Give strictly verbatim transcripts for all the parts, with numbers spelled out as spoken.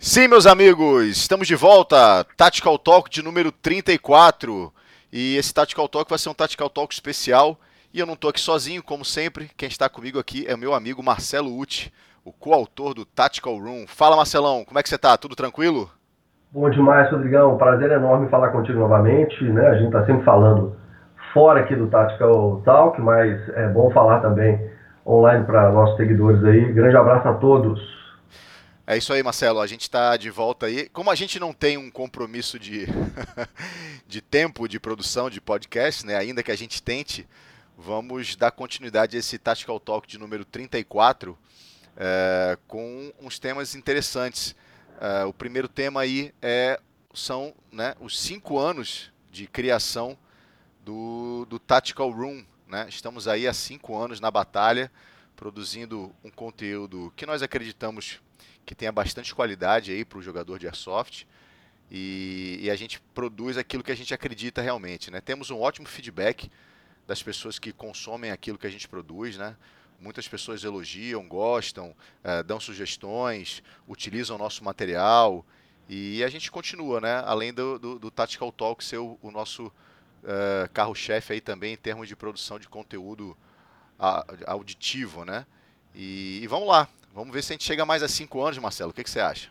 Sim, meus amigos, estamos de volta, Tactical Talk de número trinta e quatro. E esse Tactical Talk vai ser um Tactical Talk especial. E eu não estou aqui sozinho, como sempre. Quem está comigo aqui é o meu amigo Marcelo Uti, o coautor do Tactical Room. Fala, Marcelão, como é que você tá? Tudo tranquilo? Bom demais, Rodrigão. Prazer enorme falar contigo novamente, né? A gente está sempre falando fora aqui do Tactical Talk, mas é bom falar também online para nossos seguidores aí. Grande abraço a todos. É isso aí, Marcelo. A gente está de volta aí. Como a gente não tem um compromisso de, de tempo de produção de podcast, né? Ainda que a gente tente, vamos dar continuidade a esse Tactical Talk de número trinta e quatro. É, com uns temas interessantes. É, o primeiro tema aí é, são né, os cinco anos de criação do, do Tactical Room. Né? Estamos aí há cinco anos na batalha, produzindo um conteúdo que nós acreditamos que tenha bastante qualidade aí para o jogador de Airsoft. E, e a gente produz aquilo que a gente acredita realmente. Né? Temos um ótimo feedback das pessoas que consomem aquilo que a gente produz, né? Muitas pessoas elogiam, gostam, eh, dão sugestões, utilizam o nosso material e a gente continua, né? Além do, do, do Tactical Talk ser o, o nosso eh, carro-chefe aí também em termos de produção de conteúdo a, auditivo, né? E, e vamos lá, vamos ver se a gente chega mais a cinco anos, Marcelo. O que, que você acha?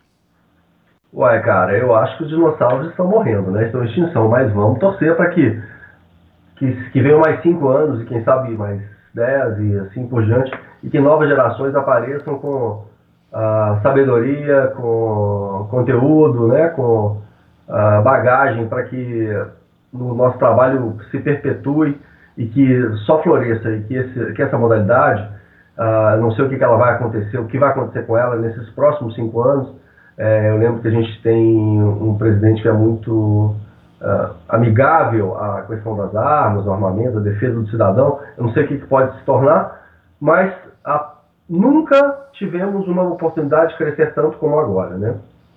Uai, cara, eu acho que os dinossauros estão morrendo, né? Estão em extinção, mas vamos torcer para que, que, que venham mais cinco anos e quem sabe mais dez e assim por diante, e que novas gerações apareçam com a sabedoria, com conteúdo, né? Com a bagagem para que o nosso trabalho se perpetue e que só floresça e que, esse, que essa modalidade, uh, não sei o que, que ela vai acontecer, o que vai acontecer com ela nesses próximos cinco anos. É, eu lembro que a gente tem um presidente que é muito uh, amigável à questão das armas, do armamento, da defesa do cidadão. Eu não sei o que, que pode se tornar, mas a, nunca tivemos uma oportunidade de crescer tanto como agora, né?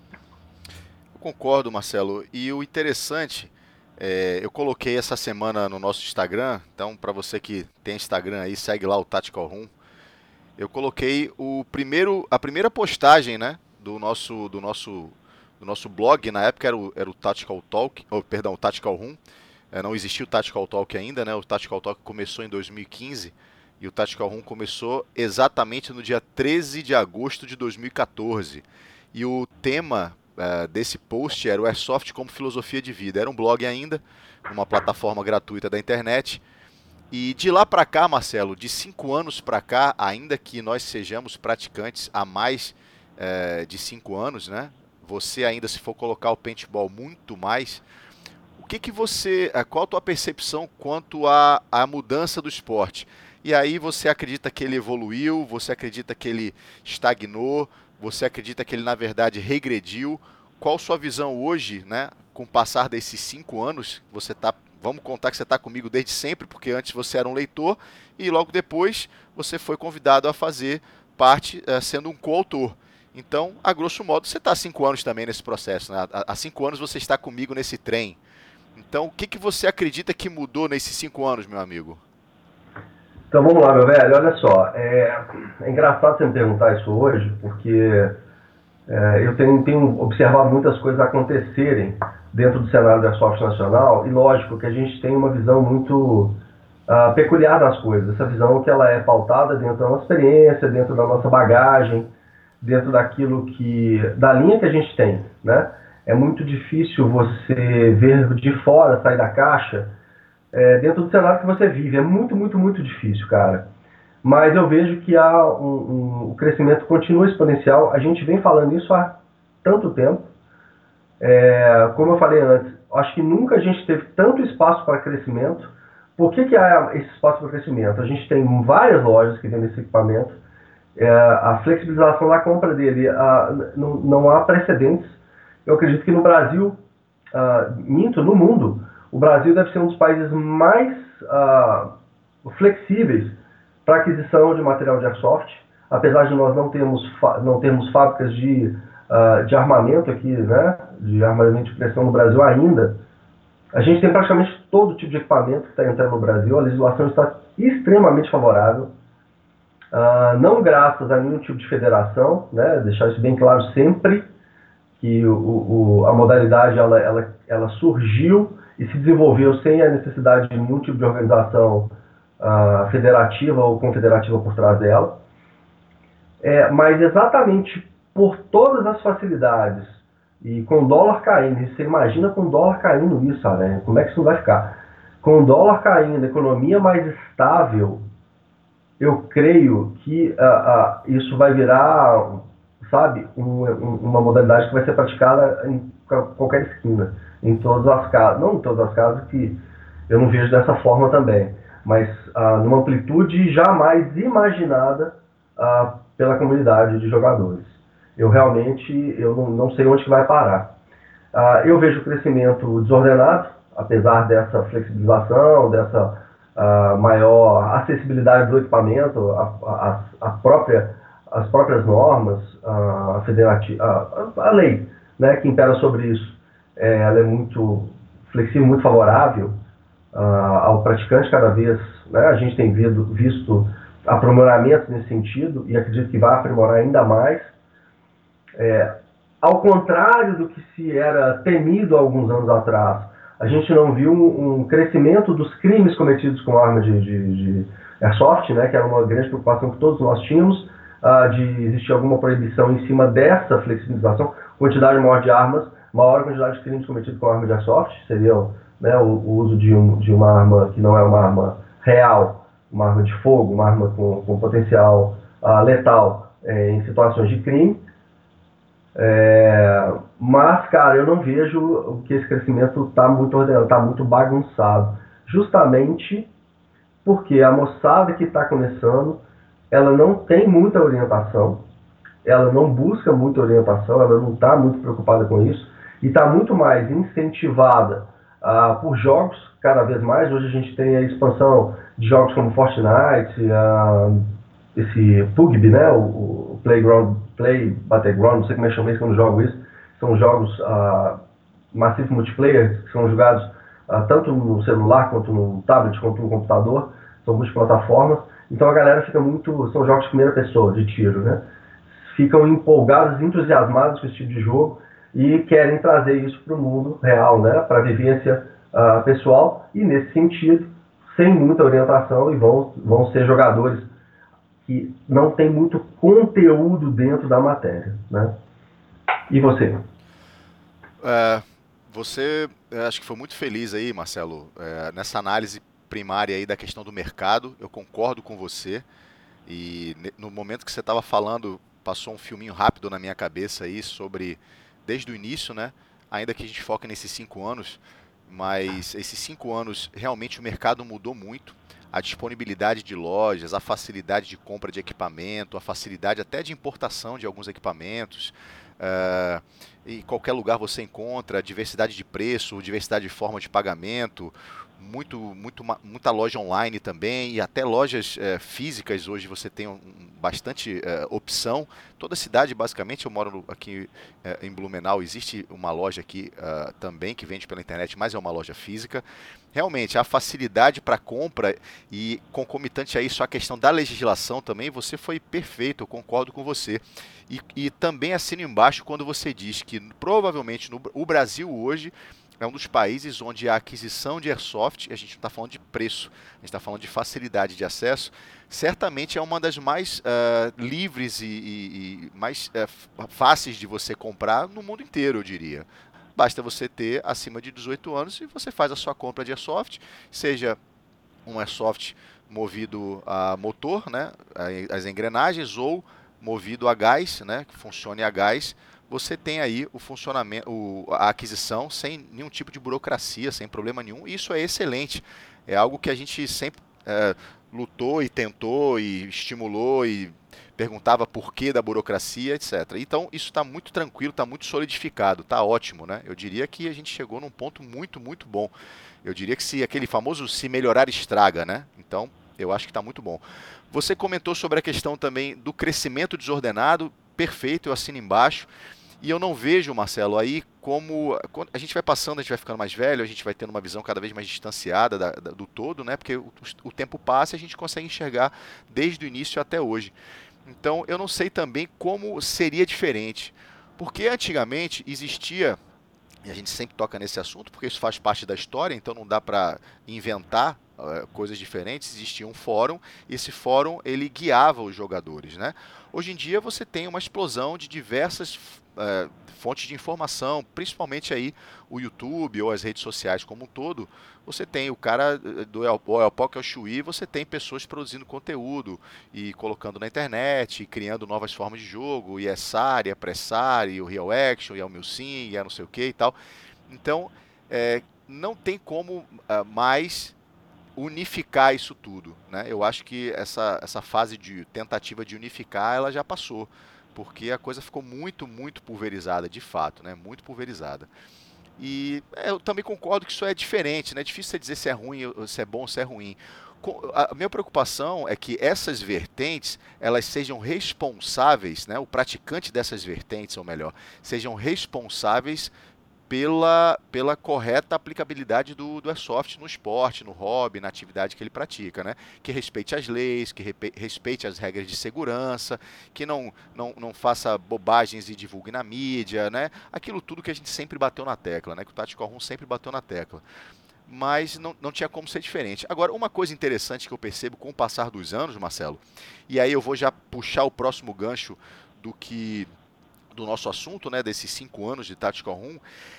Eu concordo, Marcelo. E o interessante, é, eu coloquei essa semana no nosso Instagram, então para você que tem Instagram aí, segue lá o Tactical Room. Eu coloquei o primeiro, a primeira postagem, né, do nosso, do nosso, do nosso blog. Na época era o, era o Tactical Talk, ou, perdão, o Tactical Room. É, não existia o Tactical Talk ainda, né? O Tactical Talk começou em dois mil e quinze e o Tactical Room começou exatamente no dia treze de agosto de dois mil e quatorze. E o tema é, desse post era o Airsoft como filosofia de vida. Era um blog ainda, numa plataforma gratuita da internet. E de lá para cá, Marcelo, de cinco anos para cá, ainda que nós sejamos praticantes há mais é, de cinco anos, né? Você ainda, se for colocar o paintball, muito mais. O que que você, eh, qual a tua percepção quanto à, à mudança do esporte? E aí você acredita que ele evoluiu? Você acredita que ele estagnou? Você acredita que ele na verdade regrediu? Qual sua visão hoje, né? Com o passar desses cinco anos, você tá, vamos contar que você está comigo desde sempre, porque antes você era um leitor e logo depois você foi convidado a fazer parte, eh, sendo um coautor. Então, a grosso modo, você está há cinco anos também nesse processo, né? Há há cinco anos você está comigo nesse trem. Então, o que, que você acredita que mudou nesses cinco anos, meu amigo? Então vamos lá, meu velho, olha só. É, é engraçado você me perguntar isso hoje, porque é, eu tenho, tenho observado muitas coisas acontecerem dentro do cenário da Airsoft Nacional, e lógico que a gente tem uma visão muito uh, peculiar das coisas. Essa visão que ela é pautada dentro da nossa experiência, dentro da nossa bagagem, dentro daquilo que, da linha que a gente tem, né? É muito difícil você ver de fora, sair da caixa, é, dentro do cenário que você vive. É muito, muito, muito difícil, cara. Mas eu vejo que há um, um, o crescimento continua exponencial. A gente vem falando isso há tanto tempo. É, como eu falei antes, acho que nunca a gente teve tanto espaço para crescimento. Por que, que há esse espaço para crescimento? A gente tem várias lojas que vendem esse equipamento. É, a flexibilização da compra dele, a, não, não há precedentes. Eu acredito que no Brasil, uh, minto, no mundo, o Brasil deve ser um dos países mais uh, flexíveis para aquisição de material de airsoft, apesar de nós não termos, não termos fábricas de, uh, de armamento aqui, né, de armamento de pressão no Brasil ainda. A gente tem praticamente todo tipo de equipamento que está entrando no Brasil, a legislação está extremamente favorável. Uh, não graças a nenhum tipo de federação, né, deixar isso bem claro sempre, que o, o, a modalidade ela, ela, ela surgiu e se desenvolveu sem a necessidade de nenhum tipo de organização uh, federativa ou confederativa por trás dela. É, mas exatamente por todas as facilidades e com o dólar caindo, você imagina com o dólar caindo isso, né? Como é que isso vai ficar? Com o dólar caindo, economia mais estável, eu creio que uh, uh, isso vai virar, sabe, um, um, uma modalidade que vai ser praticada em qualquer esquina, em todas as casas, não em todas as casas, que eu não vejo dessa forma também, mas uh, numa amplitude jamais imaginada uh, pela comunidade de jogadores. Eu realmente eu não, não sei onde que vai parar. Uh, eu vejo o crescimento desordenado, apesar dessa flexibilização, dessa uh, maior acessibilidade do equipamento, a, a, a própria, as próprias normas, uh, a, federativa, a, a lei, né, que impera sobre isso, é, ela é muito flexível, muito favorável uh, ao praticante cada vez. Né, a gente tem visto, visto aprimoramentos nesse sentido e acredito que vai aprimorar ainda mais. É, ao contrário do que se era temido há alguns anos atrás, a gente não viu um, um crescimento dos crimes cometidos com arma de, de, de airsoft, né, que era uma grande preocupação que todos nós tínhamos, uh, de existir alguma proibição em cima dessa flexibilização, quantidade maior de armas, maior quantidade de crimes cometidos com arma de airsoft, seria, né, o, o uso de, um, de uma arma que não é uma arma real, uma arma de fogo, uma arma com, com potencial uh, letal eh, em situações de crime. É, mas, cara, eu não vejo que esse crescimento está muito ordenado, está muito bagunçado. Justamente porque a moçada que está começando, ela não tem muita orientação, ela não busca muita orientação, ela não está muito preocupada com isso, e está muito mais incentivada uh, por jogos, cada vez mais. Hoje a gente tem a expansão de jogos como Fortnite, uh, esse P U B G, né, o, o Playground, Play Battleground, não sei como é que chama isso quando eu jogo isso, são jogos uh, massivos multiplayer, que são jogados uh, tanto no celular, quanto no tablet, quanto no computador, são multiplataformas, então a galera fica muito, são jogos de primeira pessoa, de tiro, né, ficam empolgados, entusiasmados com esse tipo de jogo e querem trazer isso para o mundo real, né, para a vivência uh, pessoal, e nesse sentido, sem muita orientação, e vão, vão ser jogadores que não tem muito conteúdo dentro da matéria, né? E você? É, você, acho que foi muito feliz aí, Marcelo, é, nessa análise primária aí da questão do mercado. Eu concordo com você. E no momento que você estava falando, passou um filminho rápido na minha cabeça aí sobre, desde o início, né? Ainda que a gente foque nesses cinco anos, mas esses cinco anos realmente o mercado mudou muito. A disponibilidade de lojas, a facilidade de compra de equipamento, a facilidade até de importação de alguns equipamentos. Uh, em qualquer lugar você encontra diversidade de preço, diversidade de forma de pagamento, muito, muito, muita loja online também, e até lojas uh, físicas. Hoje você tem um, bastante uh, opção. Toda cidade, basicamente, eu moro aqui uh, em Blumenau, existe uma loja aqui uh, também que vende pela internet, mas é uma loja física. Realmente, a facilidade para compra e concomitante a isso, a questão da legislação também, você foi perfeito, eu concordo com você. E, e também assino embaixo quando você diz que provavelmente no, o Brasil hoje é um dos países onde a aquisição de airsoft, a gente não está falando de preço, a gente está falando de facilidade de acesso, certamente é uma das mais uh, livres e, e, e mais uh, fáceis de você comprar no mundo inteiro, eu diria. Basta você ter acima de dezoito anos e você faz a sua compra de airsoft, seja um airsoft movido a motor, né, as engrenagens, ou movido a gás, né, que funcione a gás. Você tem aí o funcionamento, o, a aquisição sem nenhum tipo de burocracia, sem problema nenhum. Isso é excelente. É algo que a gente sempre é, lutou e tentou e estimulou e perguntava por que da burocracia, etcétera. Então, isso está muito tranquilo, está muito solidificado, está ótimo, né? Eu diria que a gente chegou num ponto muito, muito bom. Eu diria que se aquele famoso se melhorar estraga, né? Então, eu acho que está muito bom. Você comentou sobre a questão também do crescimento desordenado, perfeito, eu assino embaixo. E eu não vejo, Marcelo, aí como a gente vai passando, a gente vai ficando mais velho, a gente vai tendo uma visão cada vez mais distanciada da, da, do todo, né? Porque o, o tempo passa e a gente consegue enxergar desde o início até hoje. Então, eu não sei também como seria diferente. Porque antigamente existia, e a gente sempre toca nesse assunto, porque isso faz parte da história, então não dá para inventar uh, coisas diferentes. Existia um fórum, e esse fórum ele guiava os jogadores, né? Hoje em dia você tem uma explosão de diversas uh, fontes de informação, principalmente aí o YouTube ou as redes sociais como um todo. Você tem o cara do Oiapoque ao Chuí, você tem pessoas produzindo conteúdo e colocando na internet, e criando novas formas de jogo, e é S A R, e é Press A R, e o Real Action, e é o Milsim, e é não sei o que e tal. Então, é, não tem como uh, mais unificar isso tudo, né? Eu acho que essa, essa fase de tentativa de unificar, ela já passou, porque a coisa ficou muito, muito pulverizada, de fato, né? Muito pulverizada. E é, eu também concordo que isso é diferente, né? É difícil você dizer se é ruim, se é bom ou se é ruim. A minha preocupação é que essas vertentes, elas sejam responsáveis, né? O praticante dessas vertentes, ou melhor, sejam responsáveis pela, pela correta aplicabilidade do, do Airsoft no esporte, no hobby, na atividade que ele pratica, né? Que respeite as leis, que repe, respeite as regras de segurança, que não, não, não faça bobagens e divulgue na mídia, né? Aquilo tudo que a gente sempre bateu na tecla, né? Que o Tactical Room sempre bateu na tecla. Mas não, não tinha como ser diferente. Agora, uma coisa interessante que eu percebo com o passar dos anos, Marcelo, e aí eu vou já puxar o próximo gancho do que do nosso assunto, né, desses cinco anos de Tactical Room,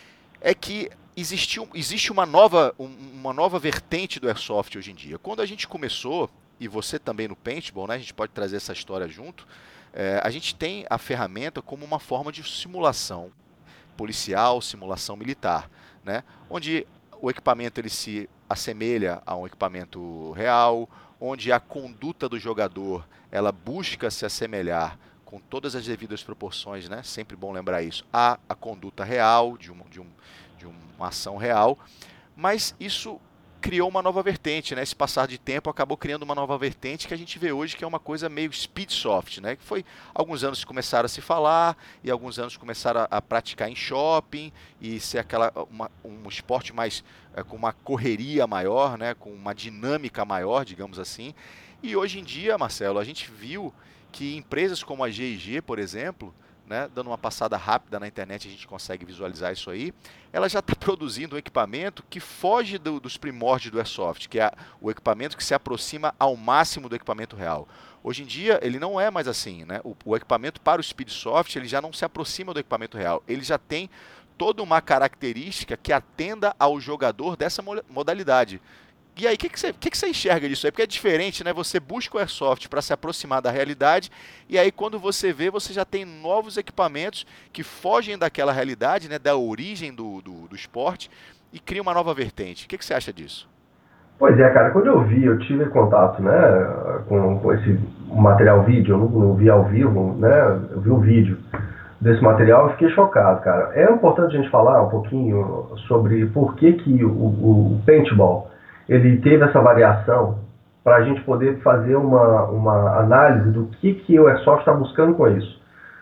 é que existiu, existe uma nova, uma nova vertente do Airsoft hoje em dia. Quando a gente começou, e você também no Paintball, né, a gente pode trazer essa história junto, é, a gente tem a ferramenta como uma forma de simulação policial, simulação militar, né, onde o equipamento ele se assemelha a um equipamento real, onde a conduta do jogador ela busca se assemelhar com todas as devidas proporções, né? Sempre bom lembrar isso, a, a conduta real, de, um, de, um, de uma ação real, mas isso criou uma nova vertente, né? Esse passar de tempo acabou criando uma nova vertente que a gente vê hoje que é uma coisa meio speedsoft, né? Que foi alguns anos que começaram a se falar e alguns anos começaram a, a praticar em shopping e ser aquela uma, um esporte mais é, com uma correria maior, né? Com uma dinâmica maior, digamos assim. E hoje em dia, Marcelo, a gente viu que empresas como a G e G, por exemplo, né, dando uma passada rápida na internet a gente consegue visualizar isso aí, ela já está produzindo um equipamento que foge do, dos primórdios do Airsoft, que é o equipamento que se aproxima ao máximo do equipamento real. Hoje em dia ele não é mais assim, né? o, o equipamento para o Speedsoft ele já não se aproxima do equipamento real, ele já tem toda uma característica que atenda ao jogador dessa modalidade. E aí, o que, que, você, que, que você enxerga disso aí? Porque é diferente, né? Você busca o Airsoft para se aproximar da realidade, e aí quando você vê, você já tem novos equipamentos que fogem daquela realidade, né? Da origem do, do, do esporte, e cria uma nova vertente. O que, que você acha disso? Pois é, cara, quando eu vi, eu tive contato, né, com, com esse material vídeo, eu não, não vi ao vivo, né, eu vi o vídeo desse material e fiquei chocado, cara. É importante a gente falar um pouquinho sobre por que que o, o, o paintball ele teve essa variação para a gente poder fazer uma, uma análise do que, que o Airsoft está buscando com isso.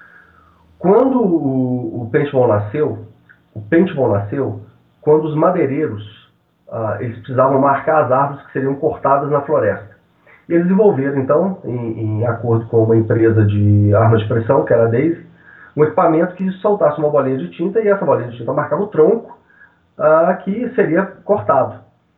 Quando o, o paintball nasceu, o paintball nasceu quando os madeireiros uh, eles precisavam marcar as árvores que seriam cortadas na floresta. E eles desenvolveram, então, em, em acordo com uma empresa de armas de pressão, que era a Daisy, um equipamento que soltasse uma bolinha de tinta e essa bolinha de tinta marcava o tronco uh, que seria cortado.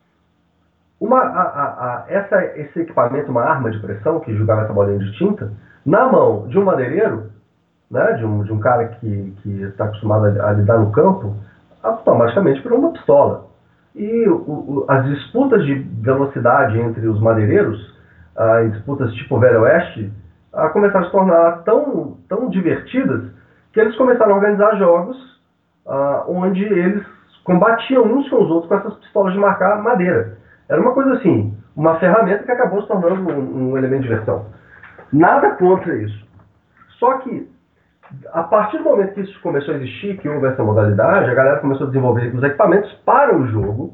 Uma, a, a, a, essa, esse equipamento, uma arma de pressão que jogava essa bolinha de tinta, na mão de um madeireiro, né, de, um, de um cara que está acostumado a, a lidar no campo, automaticamente virou uma pistola. E o, o, as disputas de velocidade entre os madeireiros, as disputas tipo Velho Oeste, a, começaram a se tornar tão, tão divertidas que eles começaram a organizar jogos a, onde eles combatiam uns com os outros com essas pistolas de marcar madeira. Era uma coisa assim, uma ferramenta que acabou se tornando um, um elemento de diversão. Nada contra isso. Só que, a partir do momento que isso começou a existir, que houve essa modalidade, a galera começou a desenvolver os equipamentos para o jogo,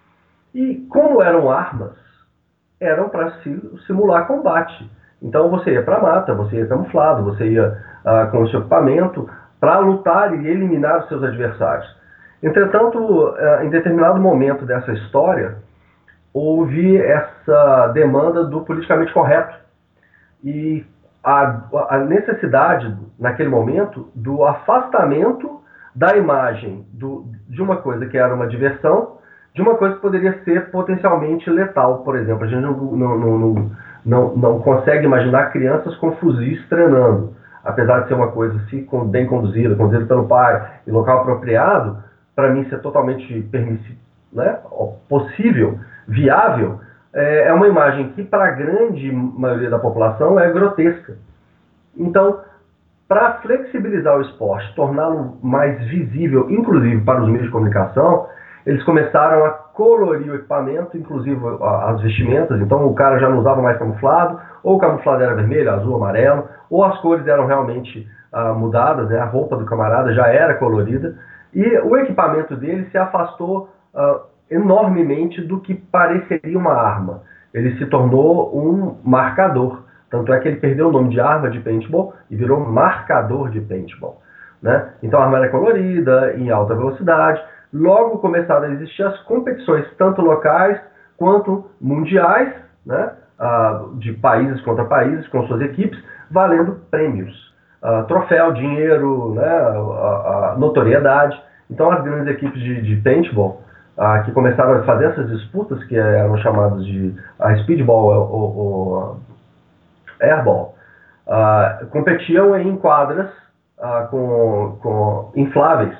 e como eram armas, eram para simular combate. Então você ia para a mata, você ia camuflado, você ia uh, com o seu equipamento para lutar e eliminar os seus adversários. Entretanto, uh, em determinado momento dessa história, houve essa demanda do politicamente correto. E a, a necessidade, naquele momento, do afastamento da imagem do, de uma coisa que era uma diversão, de uma coisa que poderia ser potencialmente letal, por exemplo. A gente não, não, não, não, não consegue imaginar crianças com fuzis treinando. Apesar de ser uma coisa assim, bem conduzida, conduzida pelo pai, em local apropriado, para mim isso é totalmente permissível, né? Possível, viável, é uma imagem que para a grande maioria da população é grotesca. Então, para flexibilizar o esporte, torná-lo mais visível, inclusive para os meios de comunicação, eles começaram a colorir o equipamento, inclusive as vestimentas. Então o cara já não usava mais camuflado, ou o camuflado era vermelho, azul, amarelo, ou as cores eram realmente ah, mudadas, né? A roupa do camarada já era colorida, e o equipamento dele se afastou ah, enormemente do que pareceria uma arma. Ele se tornou um marcador. Tanto é que ele perdeu o nome de arma de paintball e virou marcador de paintball, né? Então a arma era colorida, em alta velocidade. Logo começaram a existir as competições, tanto locais quanto mundiais, né? Ah, de países contra países, com suas equipes, valendo prêmios. Ah, troféu, dinheiro, né? a, a notoriedade. Então as grandes equipes de, de paintball, ah, que começaram a fazer essas disputas, que eram chamadas de a speedball ou, ou airball, uh, competiam em quadras uh, com, com infláveis,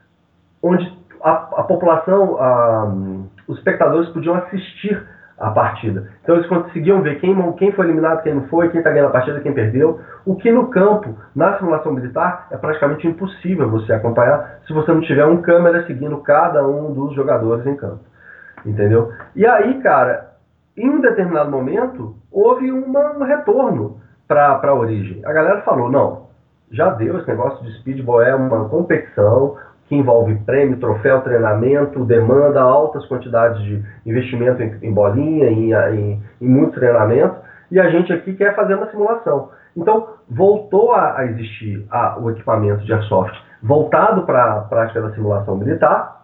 onde a, a população, uh, os espectadores podiam assistir a partida. Então eles conseguiam ver quem, quem foi eliminado, quem não foi, quem está ganhando a partida, quem perdeu. O que no campo, na simulação militar, é praticamente impossível você acompanhar se você não tiver um câmera seguindo cada um dos jogadores em campo. Entendeu? E aí, cara, em um determinado momento, houve uma, um retorno para a origem. A galera falou, não, já deu, esse negócio de speedball é uma competição que envolve prêmio, troféu, treinamento, demanda altas quantidades de investimento em, em bolinha, em, em, em muitos treinamentos, e a gente aqui quer fazer uma simulação. Então, voltou a, a existir a, o equipamento de airsoft voltado para a prática da simulação militar,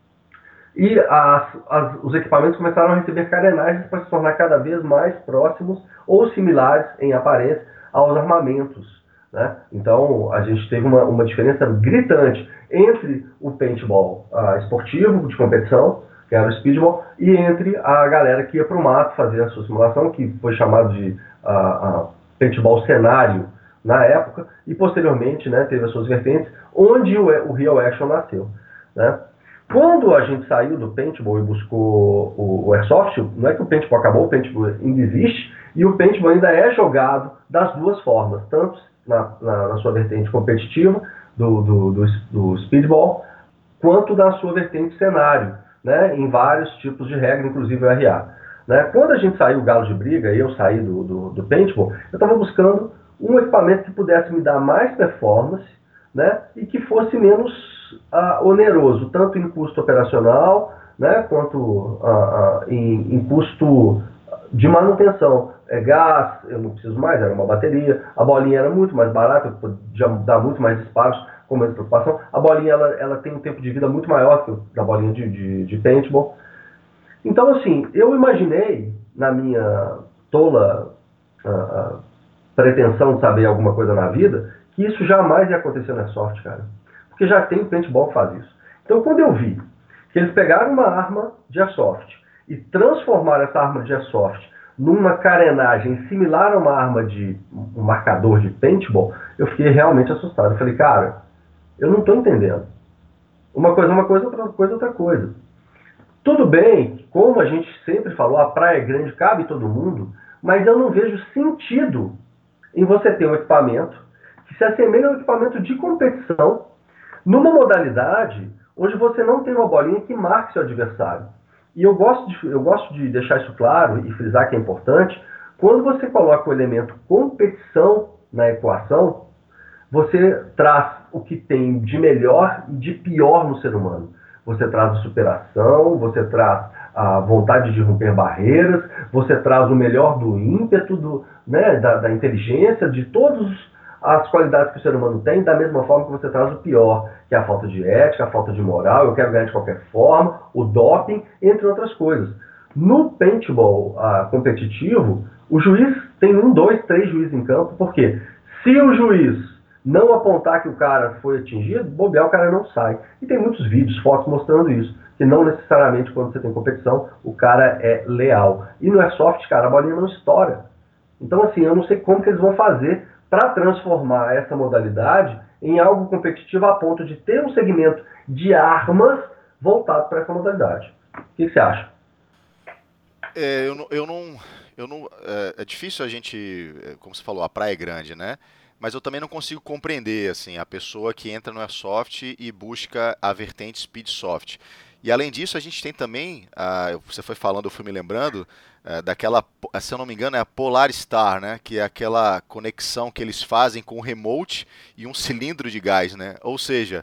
e as, as, os equipamentos começaram a receber carenagens para se tornar cada vez mais próximos ou similares em aparência aos armamentos, né? Então a gente teve uma, uma diferença gritante entre o paintball uh, esportivo, de competição, que era o speedball, e entre a galera que ia para o mato fazer a sua simulação, que foi chamado de uh, uh, paintball cenário na época, e posteriormente, né, teve as suas vertentes, onde o, o Real Action nasceu, né? Quando a gente saiu do paintball e buscou o, o airsoft, não é que o paintball acabou, o paintball ainda existe, e o paintball ainda é jogado das duas formas, tanto na, na, na sua vertente competitiva, do, do, do, do speedball, quanto na sua vertente cenário, né, em vários tipos de regra, inclusive o R A. Né? Quando a gente saiu o galo de briga, eu saí do, do, do paintball, eu estava buscando um equipamento que pudesse me dar mais performance, né, e que fosse menos uh, oneroso, tanto em custo operacional, né, quanto uh, uh, em, em custo de manutenção. É, gás, eu não preciso mais, era uma bateria. A bolinha era muito mais barata, eu podia dar muito mais disparos com menos preocupação. A bolinha ela, ela tem um tempo de vida muito maior que a bolinha de, de, de paintball. Então, assim, eu imaginei, na minha tola uh, uh, pretensão de saber alguma coisa na vida, que isso jamais ia acontecer na Airsoft, cara. Porque já tem paintball que faz isso. Então, quando eu vi que eles pegaram uma arma de Airsoft e transformaram essa arma de Airsoft numa carenagem similar a uma arma de um marcador de paintball, eu fiquei realmente assustado. Eu falei, cara, eu não estou entendendo. Uma coisa é uma coisa, outra coisa é outra coisa. Tudo bem, como a gente sempre falou, a praia é grande, cabe todo mundo, mas eu não vejo sentido em você ter um equipamento que se assemelha a um equipamento de competição numa modalidade onde você não tem uma bolinha que marque seu adversário. E eu gosto, de, eu gosto de deixar isso claro e frisar que é importante, quando você coloca o elemento competição na equação, você traz o que tem de melhor e de pior no ser humano. Você traz a superação, você traz a vontade de romper barreiras, você traz o melhor do ímpeto, do, né, da, da inteligência, de todas as qualidades que o ser humano tem, da mesma forma que você traz o pior, que é a falta de ética, a falta de moral, eu quero ganhar de qualquer forma, o doping, entre outras coisas. No paintball uh, competitivo, O juiz tem um, dois, três juízes em campo, por quê? Se o juiz não apontar que o cara foi atingido, bobear o cara não sai. E tem muitos vídeos, fotos mostrando isso, que não necessariamente quando você tem competição, o cara é leal. E no airsoft, cara, a bolinha não estoura. Então, assim, eu não sei como que eles vão fazer para transformar essa modalidade em algo competitivo a ponto de ter um segmento de armas voltado para essa modalidade. O que, que você acha? É, eu não, eu não, eu não, é, é difícil a gente, é, como você falou, a praia é grande, né? Mas eu também não consigo compreender, assim, a pessoa que entra no Airsoft e busca a vertente Speedsoft. E além disso, a gente tem também, ah, você foi falando, eu fui me lembrando, eh, daquela, po- se eu não me engano, é a Polar Star, né? Que é aquela conexão que eles fazem com um remote e um cilindro de gás, né? Ou seja,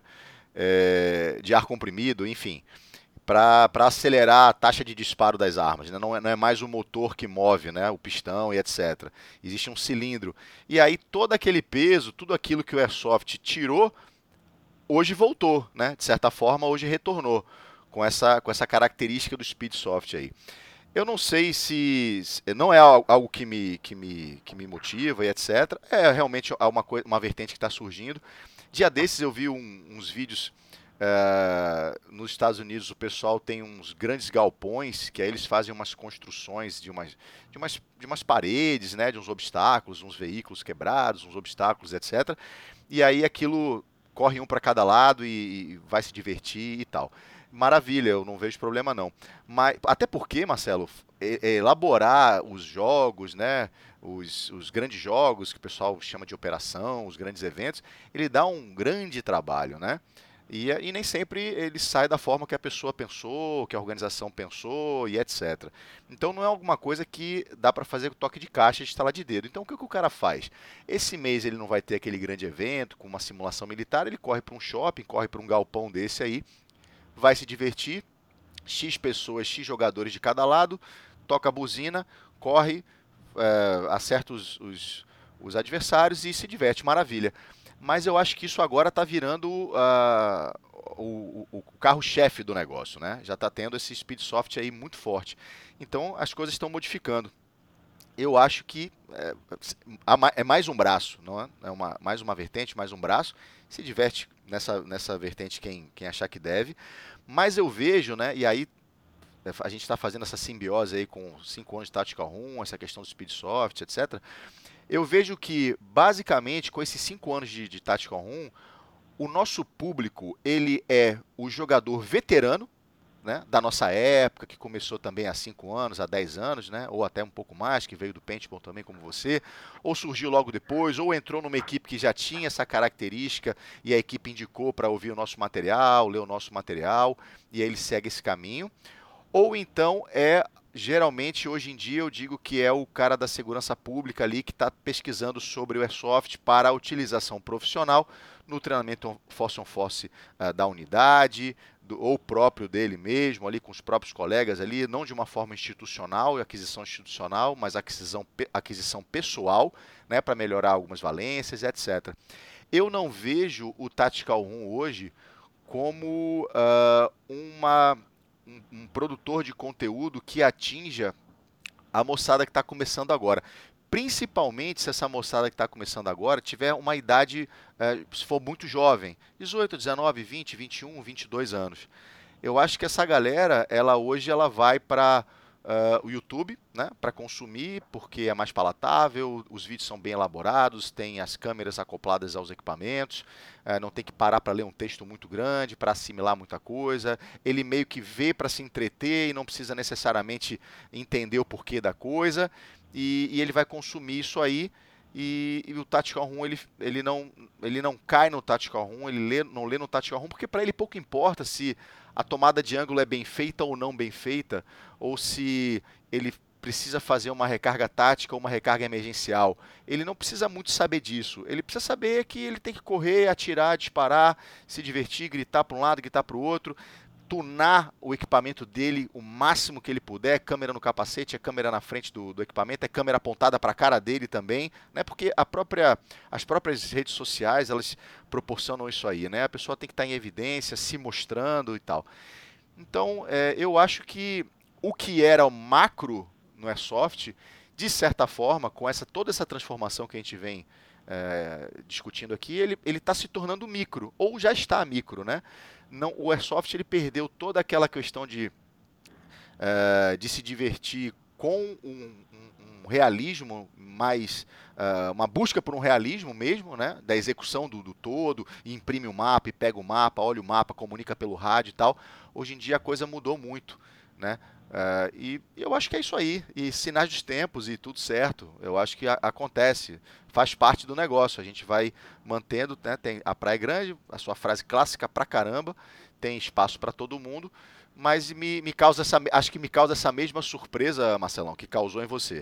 eh, de ar comprimido, enfim, para para acelerar a taxa de disparo das armas, né? Não é, não é mais o motor que move, né? O pistão e etcétera. Existe um cilindro. E aí todo aquele peso, tudo aquilo que o Airsoft tirou, hoje voltou, né? De certa forma, hoje retornou com essa, com essa característica do Speedsoft aí. Eu não sei se, se- não é al- algo que me, que me, que me motiva e etcétera. É realmente uma, coi- uma vertente que está surgindo. Dia desses eu vi um- uns vídeos, eh, nos Estados Unidos. O pessoal tem uns grandes galpões que aí eles fazem umas construções de umas, de umas, de umas paredes, né, de uns obstáculos, uns veículos quebrados, uns obstáculos, etcétera. E aí aquilo corre um para cada lado e, e vai se divertir e tal. Maravilha, eu não vejo problema não. Mas até porque, Marcelo, e- e- elaborar os jogos, né, os, os grandes jogos que o pessoal chama de operação, os grandes eventos, ele dá um grande trabalho, né? E, e nem sempre ele sai da forma que a pessoa pensou, que a organização pensou e etcétera. Então não é alguma coisa que dá para fazer com toque de caixa de estalar de dedo. Então o que, que o cara faz? Esse mês ele não vai ter aquele grande evento com uma simulação militar, ele corre para um shopping, corre para um galpão desse aí, vai se divertir, X pessoas, X jogadores de cada lado, toca a buzina, corre, é, acerta os, os, os adversários e se diverte, maravilha. Mas eu acho que isso agora está virando ah, o, o- o carro-chefe do negócio, né? Já está tendo esse Speedsoft aí muito forte. Então as coisas estão modificando. Eu acho que é, é mais um braço, não é? É uma, mais uma vertente, mais um braço. Se diverte nessa, nessa vertente quem, quem achar que deve. Mas eu vejo, né? E aí é, a gente está fazendo essa simbiose aí com cinco anos de Tactical Room, essa questão do Speedsoft, etcétera. Eu vejo que, basicamente, com esses cinco anos de, de Tactical Room, o nosso público ele é o jogador veterano, né, da nossa época, que começou também há cinco anos, há dez anos, né, ou até um pouco mais, que veio do paintball também como você, ou surgiu logo depois, ou entrou numa equipe que já tinha essa característica e a equipe indicou para ouvir o nosso material, ler o nosso material, e aí ele segue esse caminho. Ou então é, geralmente, hoje em dia, eu digo que é o cara da segurança pública ali que está pesquisando sobre o Airsoft para a utilização profissional no treinamento force on force uh, da unidade, do, ou próprio dele mesmo, ali com os próprios colegas ali, não de uma forma institucional, aquisição institucional, mas aquisição, aquisição pessoal, né, para melhorar algumas valências, etcétera. Eu não vejo o Tactical Room hoje como uh, uma, um, um produtor de conteúdo que atinja a moçada que está começando agora. Principalmente se essa moçada que está começando agora tiver uma idade, uh, se for muito jovem, dezoito, dezenove, vinte, vinte e um, vinte e dois anos. Eu acho que essa galera, ela hoje ela vai para uh, o YouTube, né, para consumir, porque é mais palatável, os vídeos são bem elaborados, tem as câmeras acopladas aos equipamentos, uh, não tem que parar para ler um texto muito grande, para assimilar muita coisa. Ele meio que vê para se entreter e não precisa necessariamente entender o porquê da coisa, e, e ele vai consumir isso aí. E, e o Tactical Room ele, ele, não, ele não cai no Tactical Room, ele lê, não lê no Tactical Room, porque para ele pouco importa se a tomada de ângulo é bem feita ou não bem feita, ou se ele precisa fazer uma recarga tática ou uma recarga emergencial. Ele não precisa muito saber disso. Ele precisa saber que ele tem que correr, atirar, disparar, se divertir, gritar para um lado, gritar para o outro, tunar o equipamento dele o máximo que ele puder, câmera no capacete, é câmera na frente do, do equipamento, é câmera apontada para a cara dele também, né? Porque a própria, as próprias redes sociais, elas proporcionam isso aí, né? A pessoa tem que estar em evidência, se mostrando e tal. Então, é, eu acho que o que era o macro no Airsoft de certa forma, com essa, toda essa transformação que a gente vem é, discutindo aqui, ele está se tornando micro, ou já está micro, né? Não, o Airsoft ele perdeu toda aquela questão de, é, de se divertir com um, um, um realismo mais, uh, uma busca por um realismo mesmo, né, da execução do, do todo, e imprime o mapa, e pega o mapa, olha o mapa, comunica pelo rádio e tal. Hoje em dia a coisa mudou muito, né? Uh, e eu acho que é isso aí, e sinais dos tempos e tudo certo, eu acho que a, acontece, faz parte do negócio, a gente vai mantendo, né, tem a Praia Grande, a sua frase clássica pra caramba, tem espaço para todo mundo, mas me, me causa essa, acho que me causa essa mesma surpresa, Marcelão, que causou em você.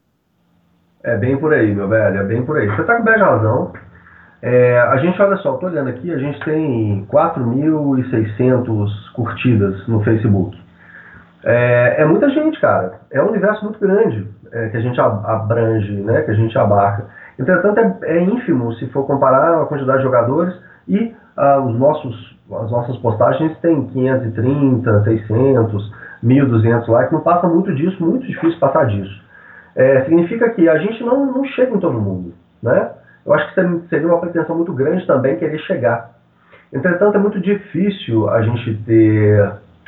É bem por aí, meu velho, é bem por aí. Você tá com bem razão. É, a gente, olha só, tô olhando aqui, a gente tem quatro mil e seiscentas curtidas no Facebook. É, é muita gente, cara. É um universo muito grande é, que a gente abrange, né, que a gente abarca. Entretanto, é, é ínfimo se for comparar a quantidade de jogadores e ah, os nossos, as nossas postagens têm quinhentos e trinta, seiscentos, mil e duzentos likes. Não passa muito disso, muito difícil passar disso. É, significa que a gente não, não chega em todo mundo, né? Eu acho que seria uma pretensão muito grande também querer chegar. Entretanto, é muito difícil a gente ter,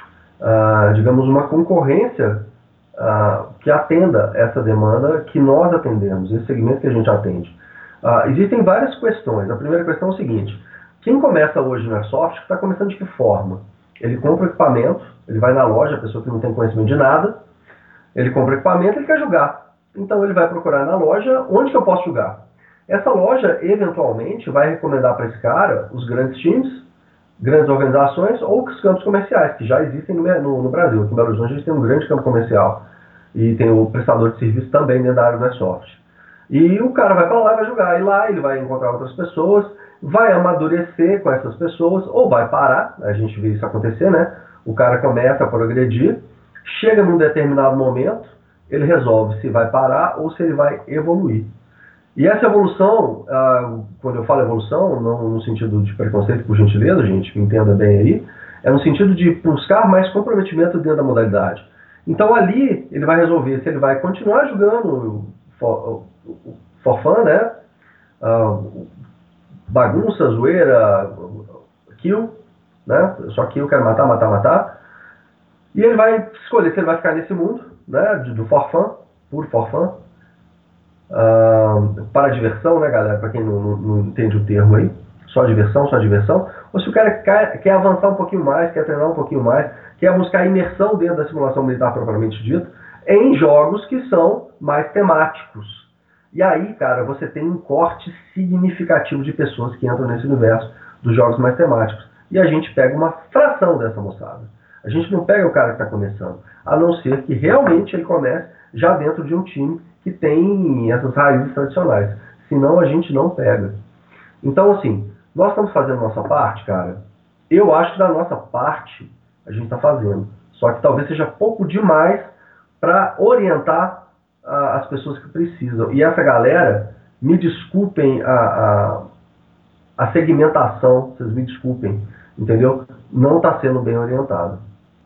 ah, digamos, uma concorrência ah, que atenda essa demanda que nós atendemos, esse segmento que a gente atende. Ah, existem várias questões. A primeira questão é o seguinte: quem começa hoje no Airsoft está começando de que forma? Ele compra equipamento, ele vai na loja, a pessoa que não tem conhecimento de nada, ele compra equipamento e ele quer jogar. Então ele vai procurar na loja onde que eu posso jogar. Essa loja, eventualmente, vai recomendar para esse cara os grandes times, grandes organizações ou os campos comerciais, que já existem no, no, no Brasil. Aqui em Belo Horizonte a gente tem um grande campo comercial e tem o prestador de serviço também dentro da área do Airsoft. E o cara vai para lá e vai jogar. E lá ele vai encontrar outras pessoas, vai amadurecer com essas pessoas ou vai parar. A gente vê isso acontecer, né? O cara começa a progredir, chega num determinado momento, ele resolve se vai parar ou se ele vai evoluir. E essa evolução, ah, quando eu falo evolução, não no sentido de preconceito, por gentileza, gente, me entenda bem aí, é no sentido de buscar mais comprometimento dentro da modalidade. Então ali ele vai resolver se ele vai continuar jogando for, for fun, né? Ah, bagunça, zoeira, kill, né? Só que eu quero matar, matar, matar. E ele vai escolher se ele vai ficar nesse mundo, né, do for fun, puro for fun, uh, para diversão, né, galera, para quem não, não, não entende o termo aí, só diversão, só diversão, ou se o cara quer, quer avançar um pouquinho mais, quer treinar um pouquinho mais, quer buscar imersão dentro da simulação militar propriamente dita, em jogos que são mais temáticos. E aí, cara, você tem um corte significativo de pessoas que entram nesse universo dos jogos mais temáticos. E a gente pega uma fração dessa moçada. A gente não pega o cara que está começando, a não ser que realmente ele comece já dentro de um time que tem essas raízes tradicionais. Senão a gente não pega. Então, assim, nós estamos fazendo a nossa parte, cara. Eu acho que da nossa parte a gente está fazendo. Só que talvez seja pouco demais para orientar uh, as pessoas que precisam. E essa galera, me desculpem a, a, a segmentação, vocês me desculpem, entendeu? Não está sendo bem orientada.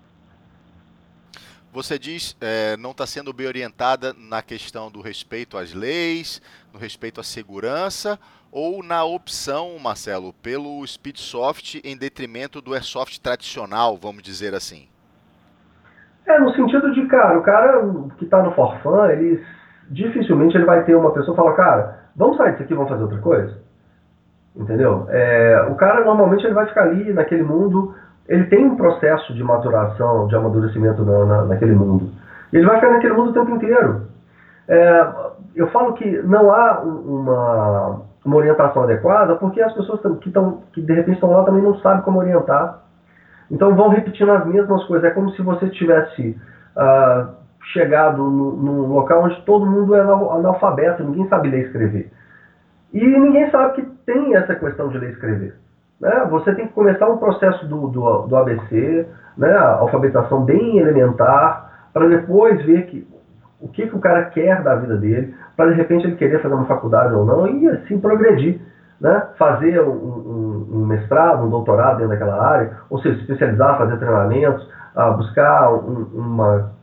Você diz é, não está sendo bem orientada na questão do respeito às leis, no respeito à segurança, ou na opção, Marcelo, pelo Speedsoft em detrimento do Airsoft tradicional, vamos dizer assim? É, no sentido de, cara, o cara que está no for fun, ele dificilmente ele vai ter uma pessoa que fala, cara, vamos sair disso aqui e vamos fazer outra coisa? Entendeu? É, o cara normalmente ele vai ficar ali naquele mundo. Ele tem um processo de maturação, de amadurecimento na, na, naquele mundo. E ele vai ficar naquele mundo o tempo inteiro. É, eu falo que não há uma, uma orientação adequada porque as pessoas que, tão, que de repente estão lá também não sabem como orientar. Então vão repetindo as mesmas coisas. É como se você tivesse uh, chegado no, num local onde todo mundo é analfabeto, ninguém sabe ler e escrever. E ninguém sabe que tem essa questão de ler e escrever. Né? Você tem que começar um processo do, do, do A B C, né? A alfabetização bem elementar, para depois ver que, o que, que o cara quer da vida dele, para de repente ele querer fazer uma faculdade ou não, e assim progredir. Né? Fazer um, um, um mestrado, um doutorado dentro daquela área, ou seja, se especializar, fazer treinamentos, uh, buscar um, uma,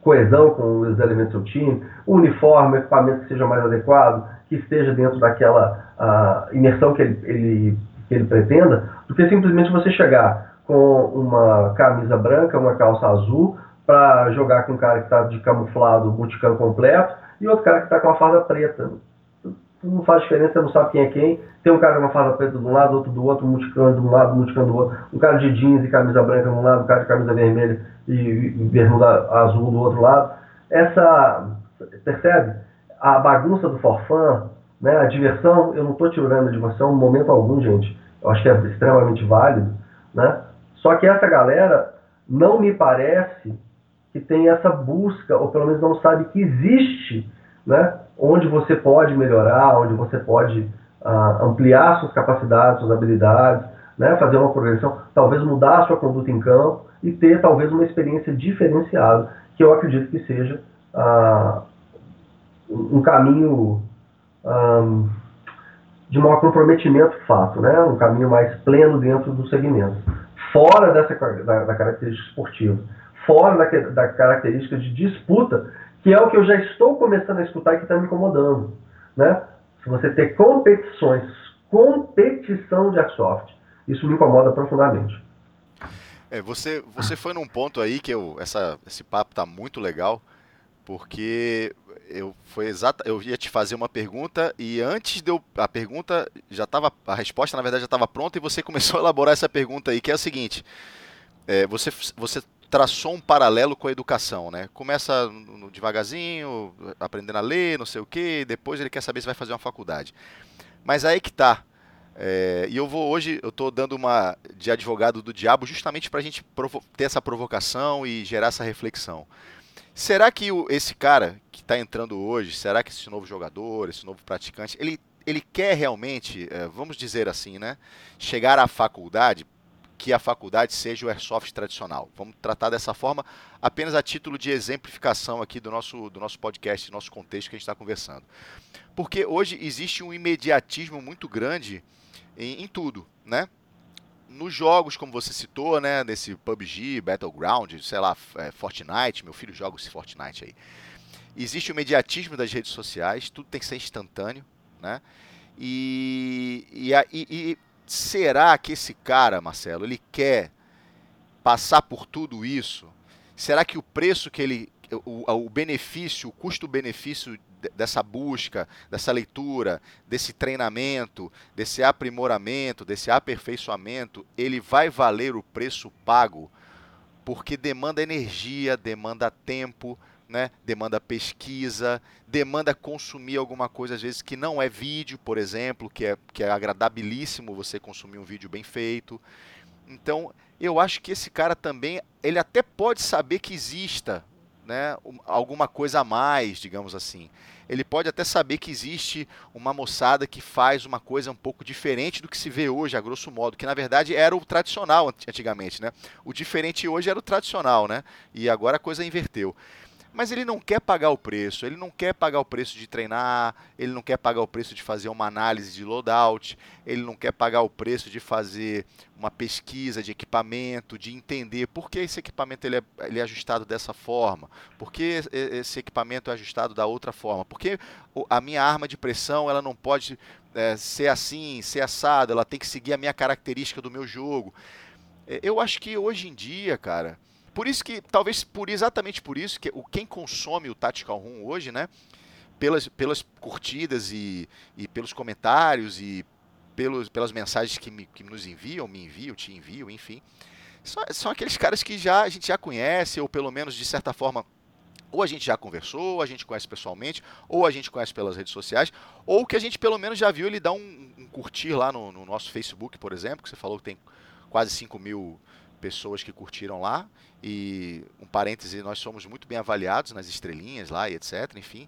coesão com os elementos do time, o uniforme, o equipamento que seja mais adequado, que esteja dentro daquela uh, imersão que ele, ele, que ele pretenda, do que simplesmente você chegar com uma camisa branca, uma calça azul, para jogar com um cara que está de camuflado, multicam completo, e outro cara que está com uma farda preta. Não faz diferença, você não sabe quem é quem. Tem um cara com uma farda preta de um lado, outro do outro, multicam de um lado, multicam do outro. Um cara de jeans e camisa branca de um lado, um cara de camisa vermelha e bermuda azul do outro lado. Essa, percebe? A bagunça do forfã, né? A diversão, eu não estou tirando a diversão em momento algum, gente. Eu acho que é extremamente válido, né? Só que essa galera não me parece que tem essa busca, ou pelo menos não sabe que existe, né? Onde você pode melhorar, onde você pode uh, ampliar suas capacidades, suas habilidades, né? Fazer uma progressão, talvez mudar a sua conduta em campo e ter talvez uma experiência diferenciada, que eu acredito que seja uh, um caminho um, de maior comprometimento fato, né? Um caminho mais pleno dentro do segmento, fora dessa, da, da característica esportiva, fora da, da característica de disputa, que é o que eu já estou começando a escutar e que está me incomodando, né? Se você ter competições, competição de airsoft, isso me incomoda profundamente. É, você, você foi num ponto aí que eu, essa, esse papo tá muito legal, porque eu foi exata, eu ia te fazer uma pergunta e antes de eu, a pergunta já estava, a resposta na verdade já estava pronta e você começou a elaborar essa pergunta aí, que é o seguinte: é, você, você traçou um paralelo com a educação, né? Começa no, no, devagarzinho, aprendendo a ler, não sei o quê, depois ele quer saber se vai fazer uma faculdade. Mas aí que tá. É, e eu vou hoje, eu estou dando uma de advogado do diabo justamente para a gente ter essa provocação e gerar essa reflexão. Será que o, esse cara que está entrando hoje, será que esse novo jogador, esse novo praticante, ele, ele quer realmente, é, vamos dizer assim, né, chegar à faculdade, que a faculdade seja o airsoft tradicional? Vamos tratar dessa forma apenas a título de exemplificação aqui do nosso, do nosso podcast, do nosso contexto que a gente está conversando. Porque hoje existe um imediatismo muito grande em, em tudo, né? Nos jogos, como você citou, né, nesse P U B G, Battleground, sei lá, é, Fortnite, meu filho joga esse Fortnite aí. Existe o imediatismo das redes sociais, tudo tem que ser instantâneo, né? E, e, e, e será que esse cara, Marcelo, ele quer passar por tudo isso? Será que o preço que ele, o, o benefício, o custo-benefício dessa busca, dessa leitura, desse treinamento, desse aprimoramento, desse aperfeiçoamento, ele vai valer o preço pago? Porque demanda energia, demanda tempo, né? Demanda pesquisa, demanda consumir alguma coisa, às vezes, que não é vídeo, por exemplo, que é, que é agradabilíssimo você consumir um vídeo bem feito. Então, eu acho que esse cara também, ele até pode saber que exista, né, alguma coisa a mais, digamos assim. Ele pode até saber que existe uma moçada que faz uma coisa um pouco diferente do que se vê hoje, a grosso modo, que na verdade era o tradicional antigamente, né? O diferente hoje era o tradicional, né? E agora a coisa inverteu. Mas ele não quer pagar o preço, ele não quer pagar o preço de treinar, ele não quer pagar o preço de fazer uma análise de loadout, ele não quer pagar o preço de fazer uma pesquisa de equipamento, de entender por que esse equipamento ele é, ele é ajustado dessa forma, por que esse equipamento é ajustado da outra forma, por que a minha arma de pressão ela não pode é, ser assim, ser assada, ela tem que seguir a minha característica do meu jogo. Eu acho que hoje em dia, cara... Por isso que, talvez por exatamente por isso, que o, quem consome o Tactical Room hoje, né, pelas, pelas curtidas e, e pelos comentários e pelos, pelas mensagens que, me, que nos enviam, me enviam, te enviam, enfim, são, são aqueles caras que já, a gente já conhece, ou pelo menos, de certa forma, ou a gente já conversou, ou a gente conhece pessoalmente, ou a gente conhece pelas redes sociais, ou que a gente pelo menos já viu ele dar um, um curtir lá no, no nosso Facebook, por exemplo, que você falou que tem quase cinco mil pessoas que curtiram lá, e um parêntese, nós somos muito bem avaliados nas estrelinhas lá e etc, enfim.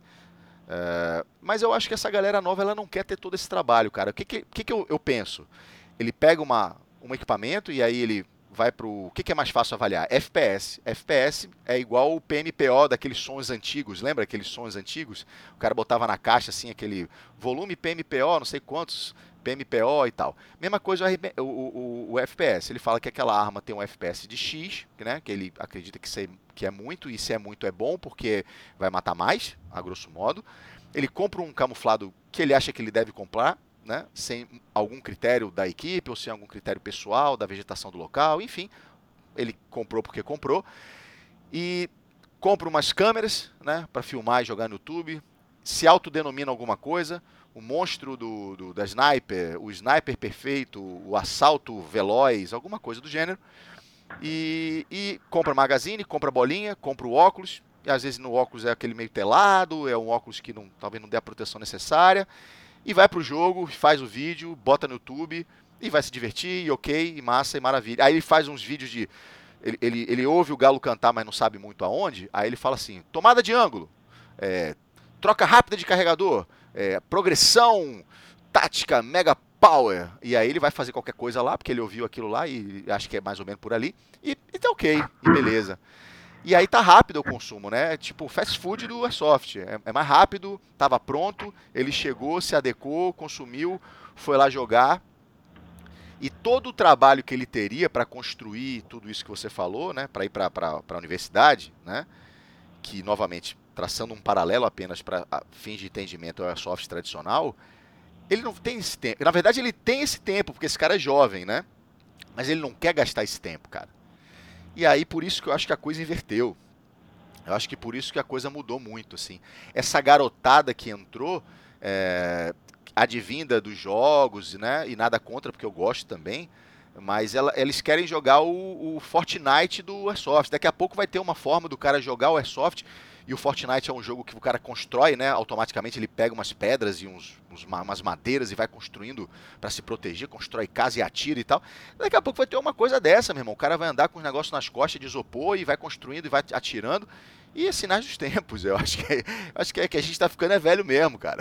Uh, mas eu acho que essa galera nova, ela não quer ter todo esse trabalho, cara. O que que, que, que eu, eu penso? Ele pega uma, um equipamento e aí ele vai pro... O que, que é mais fácil avaliar? F P S. F P S é igual o P M P O daqueles sons antigos, lembra aqueles sons antigos? O cara botava na caixa assim aquele volume P M P O, não sei quantos P M P O e tal. Mesma coisa o, o, o F P S. Ele fala que aquela arma tem um F P S de X, né? Que ele acredita que, se, que é muito, e se é muito é bom, porque vai matar mais, a grosso modo. Ele compra um camuflado que ele acha que ele deve comprar, né? Sem algum critério da equipe, ou sem algum critério pessoal, da vegetação do local, enfim. Ele comprou porque comprou. E compra umas câmeras, né? Para filmar e jogar no YouTube. Se autodenomina alguma coisa. O monstro do, do, da sniper, o sniper perfeito, o assalto veloz, alguma coisa do gênero. E, e compra magazine, compra bolinha, compra o óculos. E às vezes no óculos é aquele meio telado, é um óculos que não, talvez não dê a proteção necessária. E vai pro jogo, faz o vídeo, bota no YouTube e vai se divertir, e ok, e massa, e maravilha. Aí ele faz uns vídeos de... Ele, ele, ele ouve o galo cantar, mas não sabe muito aonde. Aí ele fala assim, tomada de ângulo, é, troca rápida de carregador, É, progressão tática mega power, e aí ele vai fazer qualquer coisa lá, porque ele ouviu aquilo lá e acho que é mais ou menos por ali, e, e tá ok, e beleza. E aí tá rápido o consumo, né? Tipo fast food do Airsoft, é, é mais rápido, tava pronto, ele chegou, se adequou, consumiu, foi lá jogar, e todo o trabalho que ele teria para construir tudo isso que você falou, né? Para ir para a universidade, né? Que novamente, traçando um paralelo apenas para fins de entendimento ao Airsoft tradicional, ele não tem esse tempo. Na verdade, ele tem esse tempo, porque esse cara é jovem, né? Mas ele não quer gastar esse tempo, cara. E aí, por isso que eu acho que a coisa inverteu. Eu acho que por isso que a coisa mudou muito, assim. Essa garotada que entrou, é, advinda dos jogos, né? E nada contra, porque eu gosto também. Mas ela, eles querem jogar o, o Fortnite do Airsoft. Daqui a pouco vai ter uma forma do cara jogar o Airsoft. E o Fortnite é um jogo que o cara constrói, né? Automaticamente ele pega umas pedras e uns, uns, umas madeiras e vai construindo para se proteger, constrói casa e atira e tal. Daqui a pouco vai ter uma coisa dessa, meu irmão. O cara vai andar com os negócios nas costas de isopor e vai construindo e vai atirando. E é sinais dos tempos. Eu acho que, acho que, é, que a gente tá ficando é velho mesmo, cara.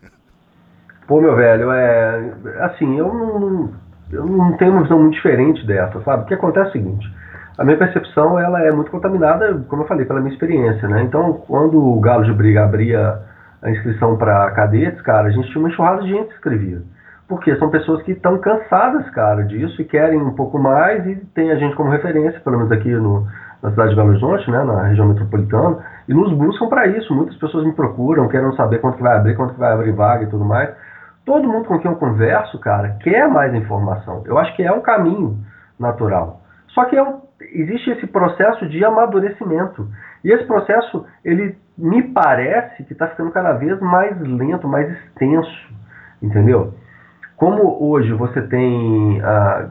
Pô, meu velho, é... Assim, eu não, eu não tenho uma visão muito diferente dessa, sabe? O que acontece é o seguinte... A minha percepção, ela é muito contaminada, como eu falei, pela minha experiência, né? Então, quando o Galo de Briga abria a inscrição para cadetes, cara, a gente tinha uma enxurrada de gente que escrevia. Porque são pessoas que estão cansadas, cara, disso e querem um pouco mais e tem a gente como referência, pelo menos aqui no, na cidade de Belo Horizonte, né, na região metropolitana, e nos buscam para isso. Muitas pessoas me procuram, querem saber quanto que vai abrir, quanto que vai abrir vaga e tudo mais. Todo mundo com quem eu converso, cara, quer mais informação. Eu acho que é um caminho natural. Só que é um existe esse processo de amadurecimento. E esse processo, ele me parece que está ficando cada vez mais lento, mais extenso, entendeu? Como hoje você tem ah,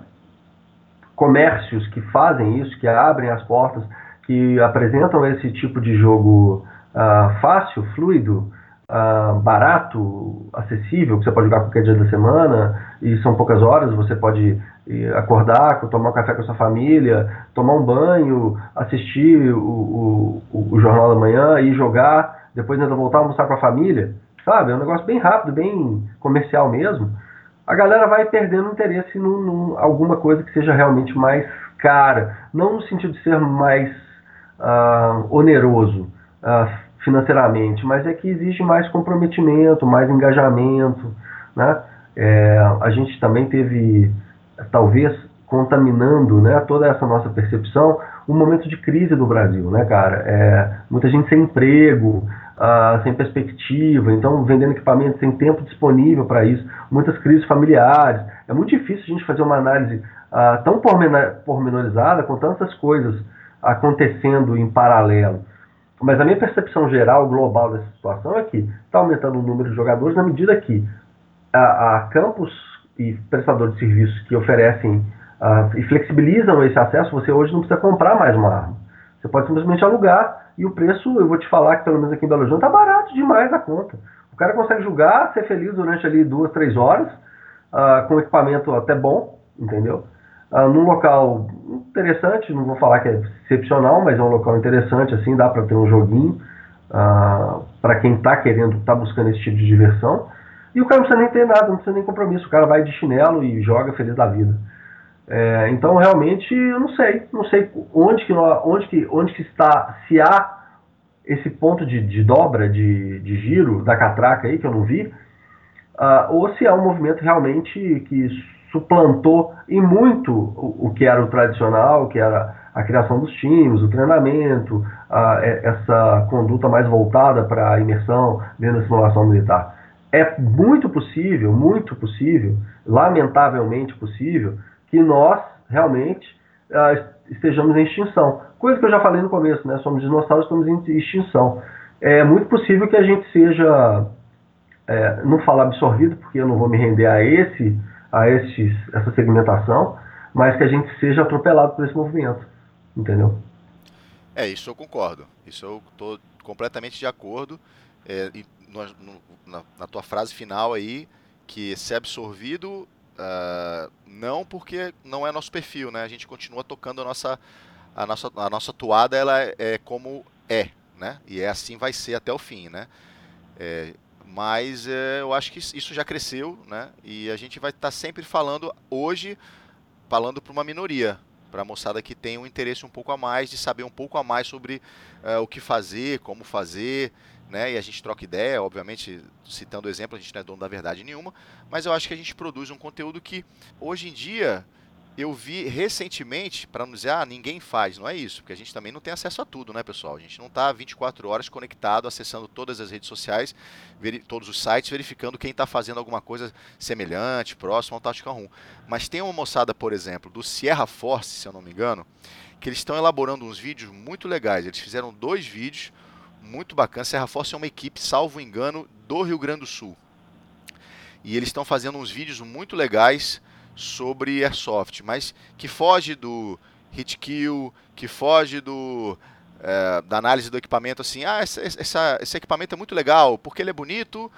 comércios que fazem isso, que abrem as portas, que apresentam esse tipo de jogo ah, fácil, fluido, ah, barato, acessível, que você pode jogar qualquer dia da semana, e são poucas horas, você pode acordar, tomar um café com a sua família, tomar um banho, assistir o, o, o Jornal da Manhã e jogar, depois ainda voltar a almoçar com a família, sabe? É um negócio bem rápido, bem comercial mesmo. A galera vai perdendo interesse em alguma coisa que seja realmente mais cara, não no sentido de ser mais uh, oneroso uh, financeiramente, mas é que exige mais comprometimento, mais engajamento, né? É, a gente também teve, talvez contaminando, né, toda essa nossa percepção, um momento de crise do Brasil, né, cara? É, muita gente sem emprego, uh, sem perspectiva, então vendendo equipamento sem tempo disponível para isso, muitas crises familiares. É muito difícil a gente fazer uma análise uh, tão pormenorizada com tantas coisas acontecendo em paralelo. Mas a minha percepção geral, global dessa situação é que está aumentando o número de jogadores na medida que a, a campos e prestadores de serviços que oferecem uh, e flexibilizam esse acesso, você hoje não precisa comprar mais uma arma. Você pode simplesmente alugar e o preço, eu vou te falar que pelo menos aqui em Belo Horizonte, está barato demais a conta. O cara consegue jogar, ser feliz durante ali duas, três horas, uh, com equipamento até bom, entendeu? Uh, num local interessante, não vou falar que é excepcional, mas é um local interessante, assim, dá para ter um joguinho uh, para quem está querendo, está buscando esse tipo de diversão. E o cara não precisa nem ter nada, não precisa nem compromisso. O cara vai de chinelo e joga feliz da vida. É, então, realmente, eu não sei. Não sei onde que, onde que, onde que está, se há esse ponto de, de dobra, de, de giro da catraca aí, que eu não vi. uh, ou se é um movimento realmente que suplantou em muito o, o que era o tradicional, que era a criação dos times, o treinamento, a, essa conduta mais voltada para a imersão dentro da simulação militar. É muito possível, muito possível, lamentavelmente possível, que nós realmente uh, estejamos em extinção. Coisa que eu já falei no começo, né? Somos dinossauros, estamos em extinção. É muito possível que a gente seja, é, não falo absorvido, porque eu não vou me render a esse, a esses, essa segmentação, mas que a gente seja atropelado por esse movimento, entendeu? É, isso eu concordo. Isso eu estou completamente de acordo. É, e no, no, na, na tua frase final aí, que ser absorvido, uh, não porque não é nosso perfil, né? A gente continua tocando a nossa, a nossa, a nossa toada, ela é, é como é, né? E é assim vai ser até o fim, né? É, mas é, eu acho que isso já cresceu, né? E a gente vai estar sempre falando hoje, falando para uma minoria, para a moçada que tem um interesse um pouco a mais, de saber um pouco a mais sobre uh, o que fazer, como fazer, né? E a gente troca ideia, obviamente, citando o exemplo, a gente não é dono da verdade nenhuma, mas eu acho que a gente produz um conteúdo que, hoje em dia, eu vi recentemente, para não dizer, ah, ninguém faz, não é isso, porque a gente também não tem acesso a tudo, né, pessoal? A gente não está vinte e quatro horas conectado, acessando todas as redes sociais, todos os sites, verificando quem está fazendo alguma coisa semelhante, próximo ao Tactical Room. Mas tem uma moçada, por exemplo, do Sierra Force, se eu não me engano, que eles estão elaborando uns vídeos muito legais. Eles fizeram dois vídeos muito bacanas. Sierra Force é uma equipe, salvo engano, do Rio Grande do Sul. E eles estão fazendo uns vídeos muito legais sobre Airsoft, mas que foge do hit kill, que foge do, é, da análise do equipamento, assim, ah, essa, essa, esse equipamento é muito legal, porque ele é bonito,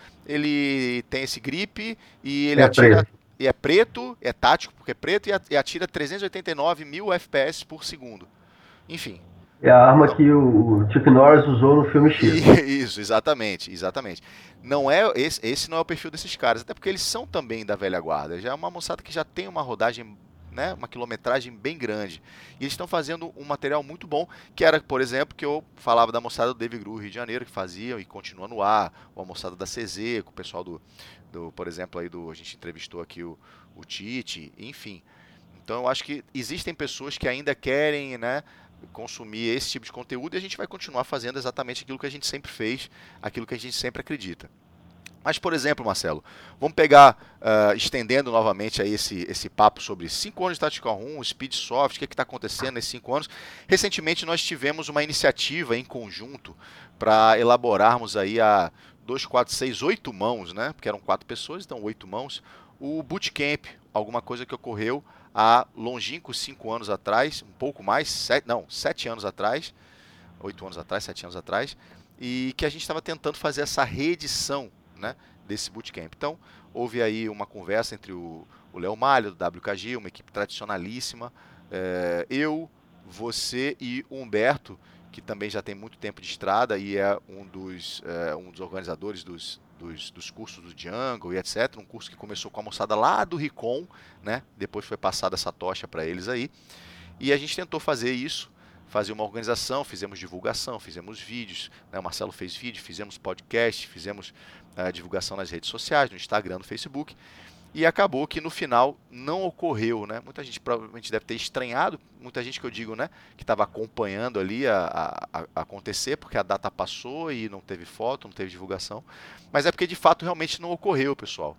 ele tem esse grip, e ele É atira, preto. e é preto, é tático porque é preto, e atira trezentos e oitenta e nove mil F P S por segundo. Enfim. É a arma Não. que o Chuck Norris usou no filme X. Isso, exatamente, exatamente. Não é esse, esse não é o perfil desses caras, até porque eles são também da velha guarda. Já é uma moçada que já tem uma rodagem, né, uma quilometragem bem grande. E eles estão fazendo um material muito bom, que era, por exemplo, que eu falava da moçada do David Gru Rio de Janeiro, que fazia e continua no ar, ou a moçada da C Z, com o pessoal do, do por exemplo, aí do, a gente entrevistou aqui o, o Tite, enfim. Então eu acho que existem pessoas que ainda querem, né, consumir esse tipo de conteúdo, e a gente vai continuar fazendo exatamente aquilo que a gente sempre fez, aquilo que a gente sempre acredita. Mas, por exemplo, Marcelo, vamos pegar, uh, estendendo novamente aí esse, esse papo sobre cinco anos de Tactical Room, Speedsoft, o que está acontecendo nesses cinco anos. Recentemente nós tivemos uma iniciativa em conjunto para elaborarmos aí a dois, quatro, seis, oito mãos, né? Porque eram quatro pessoas, então oito mãos. O Bootcamp, alguma coisa que ocorreu há longínquos cinco anos atrás, um pouco mais, sete, não, sete anos atrás, oito anos atrás, sete anos atrás, e que a gente estava tentando fazer essa reedição, né, desse bootcamp. Então, houve aí uma conversa entre o Léo Malho, do W K G, uma equipe tradicionalíssima, é, eu, você e o Humberto, que também já tem muito tempo de estrada e é um dos, é, um dos organizadores dos, dos, dos cursos do Django e etcétera. Um curso que começou com a moçada lá do Ricom, né? Depois foi passada essa tocha para eles aí. E a gente tentou fazer isso, fazer uma organização, fizemos divulgação, fizemos vídeos, né? O Marcelo fez vídeo, fizemos podcast, fizemos uh, divulgação nas redes sociais, no Instagram, no Facebook. E acabou que no final não ocorreu, né? Muita gente provavelmente deve ter estranhado, muita gente que eu digo, né, que estava acompanhando ali a, a, a acontecer, porque a data passou e não teve foto, não teve divulgação. Mas é porque de fato realmente não ocorreu, pessoal.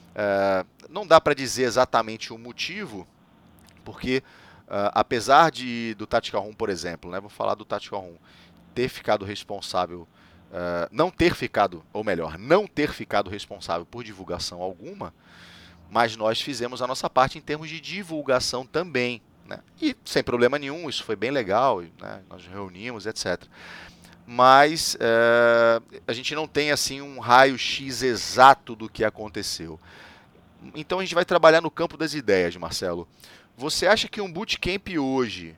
É, não dá para dizer exatamente o motivo, porque uh, apesar de do Tactical Room, por exemplo, né, vou falar do Tactical Room, ter ficado responsável, uh, não ter ficado, ou melhor, não ter ficado responsável por divulgação alguma, mas nós fizemos a nossa parte em termos de divulgação também, né? E sem problema nenhum, isso foi bem legal, né? Nós reunimos, etcétera. Mas é, a gente não tem assim um raio-x exato do que aconteceu. Então a gente vai trabalhar no campo das ideias, Marcelo. Você acha que um bootcamp hoje,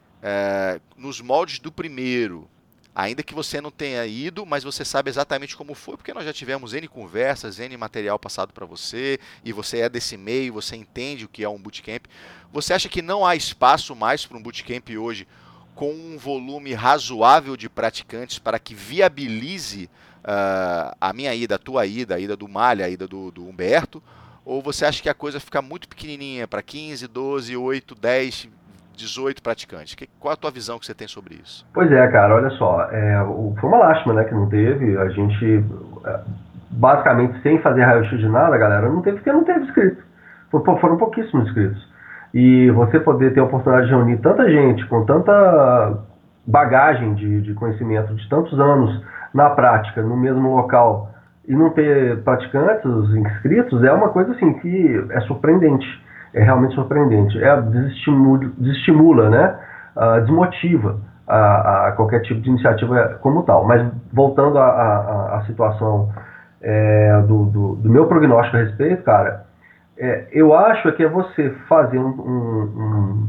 é, nos moldes do primeiro, ainda que você não tenha ido, mas você sabe exatamente como foi, porque nós já tivemos N conversas, N material passado para você, e você é desse meio, você entende o que é um bootcamp. Você acha que não há espaço mais para um bootcamp hoje com um volume razoável de praticantes para que viabilize uh, a minha ida, a tua ida, a ida do Malha, a ida do, do Humberto? Ou você acha que a coisa fica muito pequenininha para quinze, doze, oito, dez, dezoito praticantes? Que, qual a tua visão que você tem sobre isso? Pois é, cara, olha só, é, foi uma lástima, né, que não teve. A gente, basicamente, sem fazer raio-x de nada, galera, não teve porque não teve inscritos. Foram pouquíssimos inscritos. E você poder ter a oportunidade de reunir tanta gente, com tanta bagagem de, de conhecimento, de tantos anos na prática, no mesmo local, e não ter praticantes inscritos, é uma coisa assim que é surpreendente. É realmente surpreendente. É, desestimula, desestimula, né? Uh, desmotiva a, a qualquer tipo de iniciativa como tal. Mas voltando à situação é, do, do, do meu prognóstico a respeito, cara, é, eu acho que é você fazer um, um, um...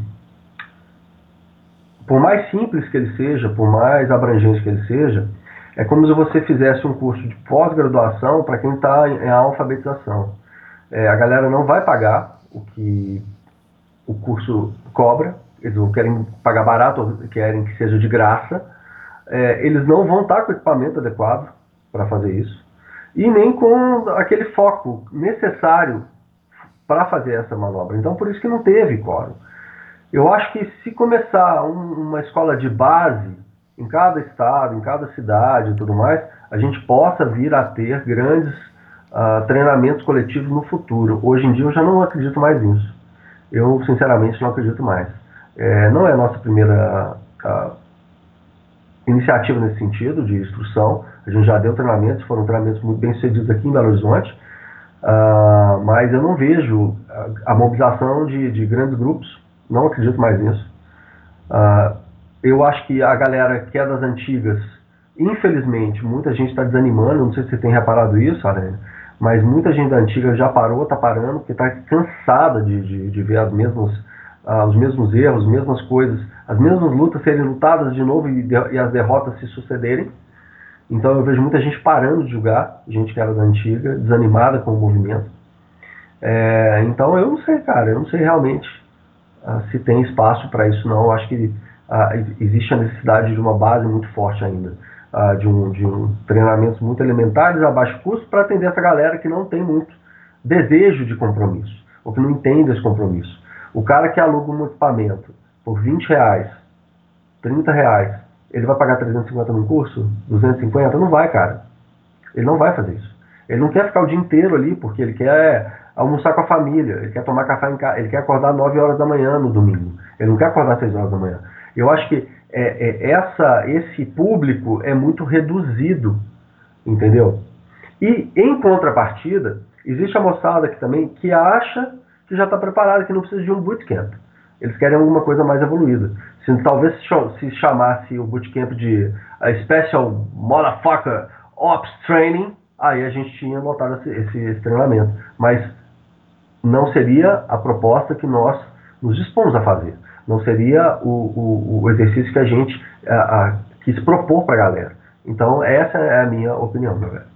Por mais simples que ele seja, por mais abrangente que ele seja, é como se você fizesse um curso de pós-graduação para quem está em, em alfabetização. É, a galera não vai pagar o que o curso cobra, eles não querem pagar barato, querem que seja de graça, é, eles não vão estar com o equipamento adequado para fazer isso, e nem com aquele foco necessário para fazer essa manobra. Então, por isso que não teve quórum. Eu acho que se começar um, uma escola de base em cada estado, em cada cidade e tudo mais, a gente possa vir a ter grandes Uh, treinamentos coletivos no futuro. Hoje em dia eu já não acredito mais nisso. Eu, sinceramente, não acredito mais. É, não é a nossa primeira uh, iniciativa nesse sentido, de instrução. A gente já deu treinamentos, foram treinamentos muito bem sucedidos aqui em Belo Horizonte, uh, mas eu não vejo a, a mobilização de, de grandes grupos. Não acredito mais nisso. Uh, eu acho que a galera que é das antigas, infelizmente, muita gente está desanimando. Não sei se você tem reparado isso, Aranha, mas muita gente da antiga já parou, está parando, porque está cansada de, de, de ver as mesmas, uh, os mesmos erros, as mesmas coisas, as mesmas lutas serem lutadas de novo e, de, e as derrotas se sucederem. Então eu vejo muita gente parando de jogar, gente que era da antiga, desanimada com o movimento. É, então eu não sei, cara, eu não sei realmente uh, se tem espaço para isso não. Eu acho que uh, existe a necessidade de uma base muito forte ainda. Uh, de, um, de um treinamentos muito elementares a baixo custo para atender essa galera que não tem muito desejo de compromisso, ou que não entende esse compromisso. O cara que aluga um equipamento por vinte reais, trinta reais, ele vai pagar trezentos e cinquenta num curso? duzentos e cinquenta? Não vai, cara. Ele não vai fazer isso. Ele não quer ficar o dia inteiro ali, porque ele quer almoçar com a família, ele quer tomar café em casa, ele quer acordar nove horas da manhã no domingo, ele não quer acordar seis horas da manhã. Eu acho que É, é, essa, esse público é muito reduzido, entendeu? E, em contrapartida, existe a moçada aqui também que acha que já está preparada, que não precisa de um bootcamp. Eles querem alguma coisa mais evoluída. Se, talvez se chamasse o bootcamp de uh, Special Motherfucker Ops Training, aí a gente tinha notado esse, esse, esse treinamento. Mas não seria a proposta que nós nos dispomos a fazer. Não seria o, o, o exercício que a gente a, a, quis propor para a galera. Então, essa é a minha opinião, meu velho.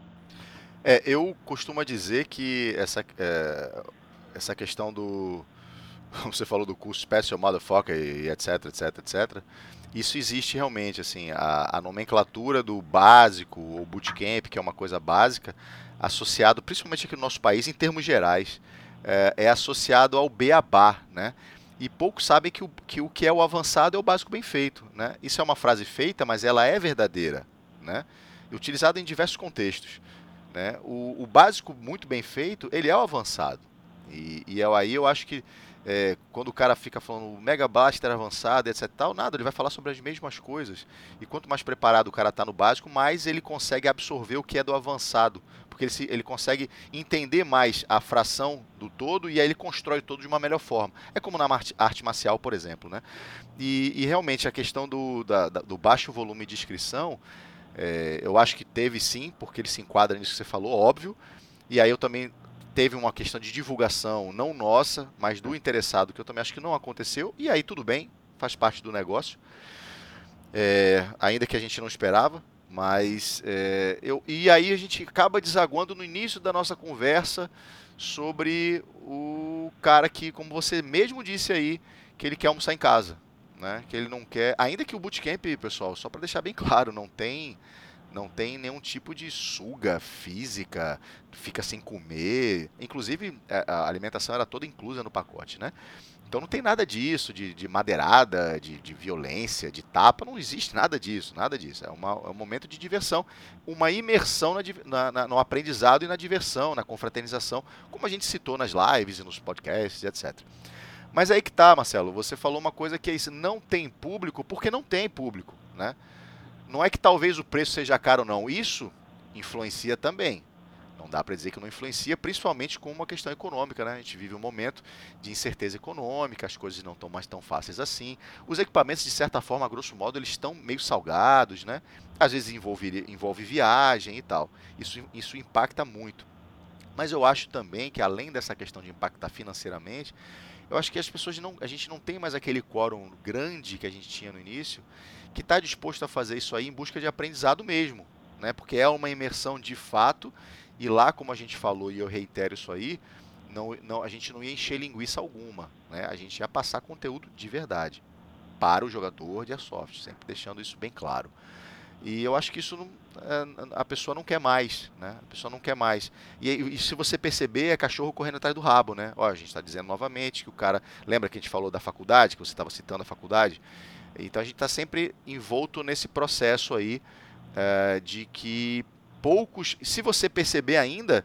É, eu costumo dizer que essa, é, essa questão do, como você falou, do curso Special Motherfucker e etc, etc, etc, isso existe realmente, assim, a, a nomenclatura do básico, ou bootcamp, que é uma coisa básica, associado, principalmente aqui no nosso país, em termos gerais, é, é associado ao beabá, né? E poucos sabem que o, que o que é o avançado é o básico bem feito, né? Isso é uma frase feita, mas ela é verdadeira, né? Utilizada em diversos contextos, né? O, o básico muito bem feito, ele é o avançado. E, e aí eu acho que é, quando o cara fica falando o Mega Blaster avançado, etc tal, nada, ele vai falar sobre as mesmas coisas. E quanto mais preparado o cara está no básico, mais ele consegue absorver o que é do avançado. Porque ele, se, ele consegue entender mais a fração do todo e aí ele constrói o todo de uma melhor forma. É como na arte, arte marcial, por exemplo, né? E, e realmente a questão do, da, da, do baixo volume de inscrição, é, eu acho que teve sim, porque ele se enquadra nisso que você falou, óbvio. E aí eu também teve uma questão de divulgação, não nossa, mas do interessado, que eu também acho que não aconteceu. E aí tudo bem, faz parte do negócio. É, ainda que a gente não esperava. Mas, é, eu, e aí a gente acaba desaguando no início da nossa conversa sobre o cara que, como você mesmo disse aí, que ele quer almoçar em casa, né? Que ele não quer, ainda que o bootcamp, pessoal, só para deixar bem claro, não tem não tem nenhum tipo de suga física, fica sem comer. Inclusive, a alimentação era toda inclusa no pacote, né? Então não tem nada disso, de, de madeirada, de, de violência, de tapa, não existe nada disso, nada disso. É, uma, é um momento de diversão, uma imersão na, na, na, no aprendizado e na diversão, na confraternização, como a gente citou nas lives e nos podcasts, etcétera. Mas aí que tá, Marcelo, você falou uma coisa que é isso, não tem público porque não tem público, né? Não é que talvez o preço seja caro, não. Isso influencia também. Não dá para dizer que não influencia, principalmente com uma questão econômica, né? A gente vive um momento de incerteza econômica, as coisas não estão mais tão fáceis assim. Os equipamentos, de certa forma, a grosso modo, eles estão meio salgados, né? Às vezes envolve, envolve viagem e tal. Isso, isso impacta muito. Mas eu acho também que, além dessa questão de impactar financeiramente, eu acho que as pessoas não, a gente não tem mais aquele quórum grande que a gente tinha no início, que está disposto a fazer isso aí em busca de aprendizado mesmo, né? Porque é uma imersão de fato, e lá, como a gente falou, e eu reitero isso aí, não, não, a gente não ia encher linguiça alguma, né? A gente ia passar conteúdo de verdade para o jogador de Airsoft, sempre deixando isso bem claro. E eu acho que isso não, a pessoa não quer mais, né? A pessoa não quer mais. E, e se você perceber, é cachorro correndo atrás do rabo, né? Ó, a gente está dizendo novamente que o cara... Lembra que a gente falou da faculdade, que você estava citando a faculdade? Então a gente está sempre envolto nesse processo aí é, de que poucos... Se você perceber ainda,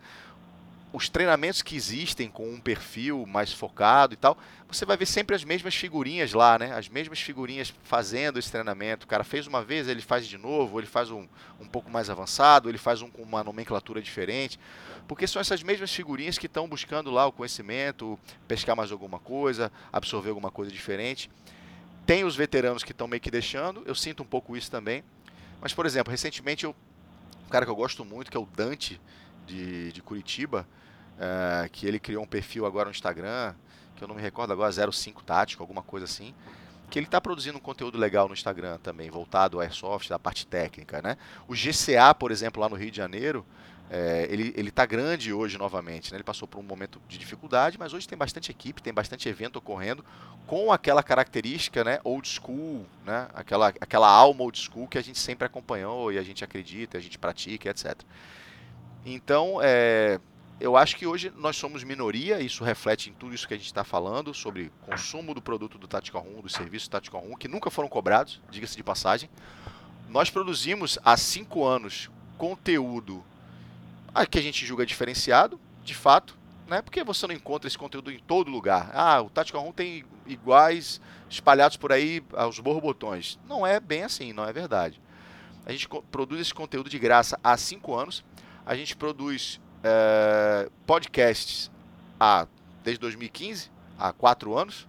os treinamentos que existem com um perfil mais focado e tal, você vai ver sempre as mesmas figurinhas lá, né? As mesmas figurinhas fazendo esse treinamento. O cara fez uma vez, ele faz de novo, ele faz um, um pouco mais avançado, ele faz um com uma nomenclatura diferente. Porque são essas mesmas figurinhas que estão buscando lá o conhecimento, pescar mais alguma coisa, absorver alguma coisa diferente. Tem os veteranos que estão meio que deixando, eu sinto um pouco isso também. Mas, por exemplo, recentemente, eu, um cara que eu gosto muito, que é o Dante, de, de Curitiba, é, que ele criou um perfil agora no Instagram, que eu não me recordo agora, zero cinco Tático, alguma coisa assim, que ele está produzindo um conteúdo legal no Instagram também, voltado ao Airsoft, da parte técnica, né? O G C A, por exemplo, lá no Rio de Janeiro, É, ele ele está grande hoje novamente, né? Ele passou por um momento de dificuldade, mas hoje tem bastante equipe, tem bastante evento ocorrendo com aquela característica, né, old school, né? Aquela, aquela alma old school que a gente sempre acompanhou e a gente acredita, a gente pratica, etcétera. Então, é, eu acho que hoje nós somos minoria, isso reflete em tudo isso que a gente está falando sobre consumo do produto do Tactical Room, do serviço do Tactical Room, que nunca foram cobrados, diga-se de passagem. Nós produzimos há cinco anos conteúdo que a gente julga diferenciado, de fato, né? Porque você não encontra esse conteúdo em todo lugar. Ah, o Tactical Room tem iguais espalhados por aí aos borbotões. Não é bem assim, não é verdade. A gente produz esse conteúdo de graça há cinco anos. A gente produz é, podcasts há, desde dois mil e quinze, há quatro anos.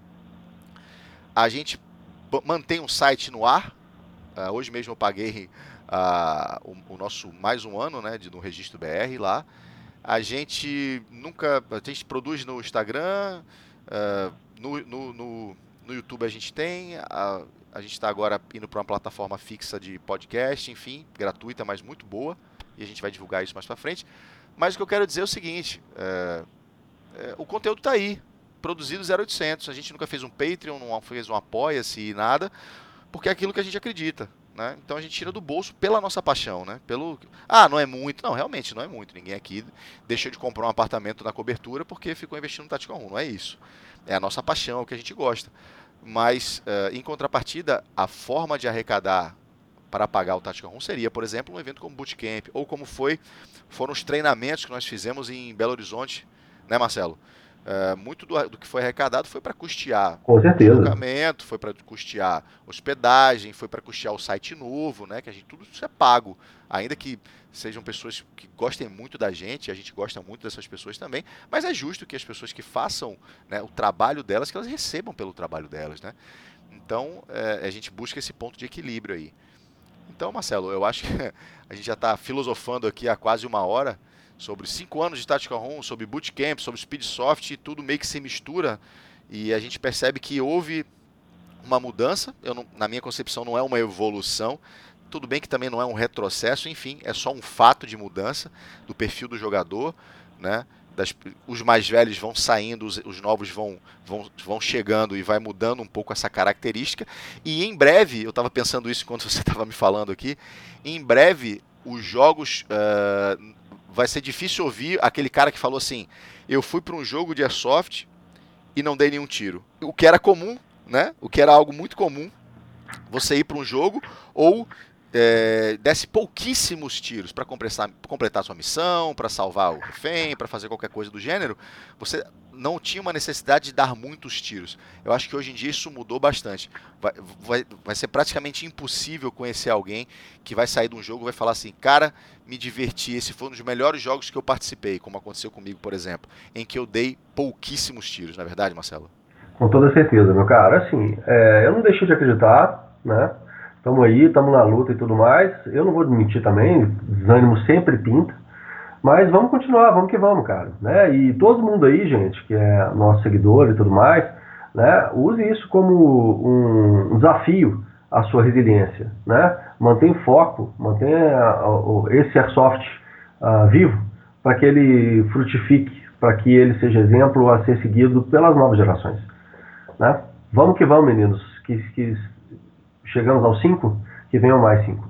A gente mantém um site no ar. Uh, hoje mesmo eu paguei uh, o, o nosso mais um ano, né, de, no Registro B R lá. A gente nunca... A gente produz no Instagram, uh, no, no, no, no YouTube a gente tem, a, a gente está agora indo para uma plataforma fixa de podcast, enfim, gratuita, mas muito boa, e a gente vai divulgar isso mais para frente. Mas o que eu quero dizer é o seguinte, uh, uh, o conteúdo está aí, produzido zero oitocentos, a gente nunca fez um Patreon, não fez um Apoia-se, nada, porque é aquilo que a gente acredita, né? Então a gente tira do bolso pela nossa paixão, né? Pelo... Ah, não é muito. Não, realmente não é muito. Ninguém aqui deixou de comprar um apartamento na cobertura porque ficou investindo no Tactical Room. Não é isso. É a nossa paixão, é o que a gente gosta. Mas, uh, em contrapartida, a forma de arrecadar para pagar o Tactical Room seria, por exemplo, um evento como Bootcamp, ou como foi, foram os treinamentos que nós fizemos em Belo Horizonte, né, Marcelo? Uh, muito do, do que foi arrecadado foi para custear Com certeza. deslocamento, foi para custear hospedagem, foi para custear o site novo, né? Que a gente, tudo isso é pago. Ainda que sejam pessoas que gostem muito da gente, a gente gosta muito dessas pessoas também, mas é justo que as pessoas que façam, né, o trabalho delas, que elas recebam pelo trabalho delas, né? Então, é, a gente busca esse ponto de equilíbrio aí. Então, Marcelo, eu acho que a gente já está filosofando aqui há quase uma hora sobre cinco anos de Tactical Room, sobre Bootcamp, sobre Speedsoft, e tudo meio que se mistura, e a gente percebe que houve uma mudança. Eu não, na minha concepção não é uma evolução, tudo bem que também não é um retrocesso, enfim, é só um fato de mudança do perfil do jogador, né? das, os mais velhos vão saindo, os, os novos vão, vão, vão chegando e vai mudando um pouco essa característica. E em breve, eu estava pensando isso enquanto você estava me falando aqui, em breve os jogos, uh, vai ser difícil ouvir aquele cara que falou assim, eu fui para um jogo de Airsoft e não dei nenhum tiro. O que era comum, né? O que era algo muito comum, você ir para um jogo ou é, desse pouquíssimos tiros para completar, completar sua missão, para salvar o refém, para fazer qualquer coisa do gênero, você não tinha uma necessidade de dar muitos tiros. Eu acho que hoje em dia isso mudou bastante. Vai, vai, vai ser praticamente impossível conhecer alguém que vai sair de um jogo e vai falar assim, cara, me diverti, esse foi um dos melhores jogos que eu participei, como aconteceu comigo, por exemplo, em que eu dei pouquíssimos tiros, não é verdade, Marcelo? Com toda certeza, meu cara. Assim, é, eu não deixei de acreditar, né? Estamos aí, estamos na luta e tudo mais. Eu não vou mentir também, desânimo sempre pinta. Mas vamos continuar, vamos que vamos, cara. Né? E todo mundo aí, gente, que é nosso seguidor e tudo mais, né? Use isso como um desafio à sua resiliência. Né? Mantenha o foco, mantenha esse Airsoft uh, vivo para que ele frutifique, para que ele seja exemplo a ser seguido pelas novas gerações. Né? Vamos que vamos, meninos. Que, que chegamos aos cinco, que venham mais cinco.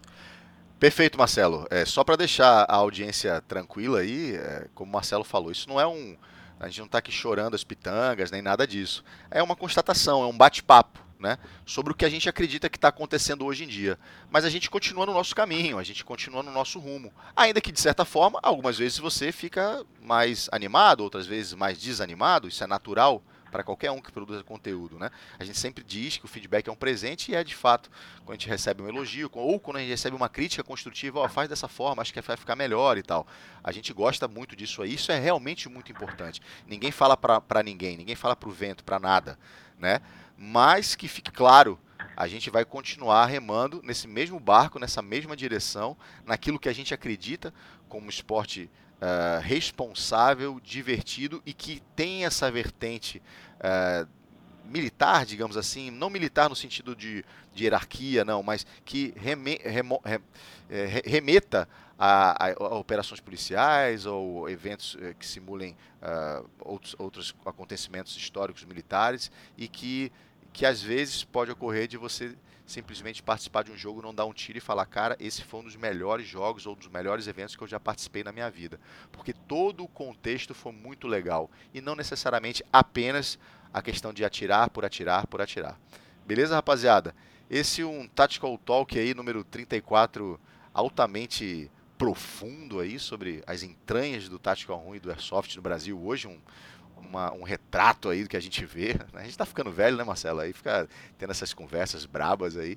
Perfeito, Marcelo. É, só para deixar a audiência tranquila aí, é, como o Marcelo falou, isso não é um... A gente não está aqui chorando as pitangas, nem nada disso. É uma constatação, é um bate-papo, né, sobre o que a gente acredita que está acontecendo hoje em dia. Mas a gente continua no nosso caminho, a gente continua no nosso rumo. Ainda que, de certa forma, algumas vezes você fica mais animado, outras vezes mais desanimado, isso é natural para qualquer um que produza conteúdo, né? A gente sempre diz que o feedback é um presente e é de fato, quando a gente recebe um elogio ou quando a gente recebe uma crítica construtiva, ó, faz dessa forma, acho que vai ficar melhor e tal. A gente gosta muito disso aí, isso é realmente muito importante. Ninguém fala para ninguém, ninguém fala para o vento, para nada, né? Mas que fique claro, a gente vai continuar remando nesse mesmo barco, nessa mesma direção, naquilo que a gente acredita como esporte Uh, responsável, divertido e que tem essa vertente uh, militar, digamos assim, não militar no sentido de, de hierarquia, não, mas que reme, remo, re, re, remeta a, a, a operações policiais ou eventos uh, que simulem uh, outros, outros acontecimentos históricos militares e que, que às vezes pode ocorrer de você simplesmente participar de um jogo, não dar um tiro e falar, cara, esse foi um dos melhores jogos ou dos melhores eventos que eu já participei na minha vida. Porque todo o contexto foi muito legal. E não necessariamente apenas a questão de atirar por atirar por atirar. Beleza, rapaziada? Esse é um Tactical Talk aí, número trinta e quatro, altamente profundo aí, sobre as entranhas do Tactical Room e do Airsoft no Brasil hoje, um Uma, um retrato aí do que a gente vê. A gente tá ficando velho, né, Marcelo? Aí fica tendo essas conversas brabas aí.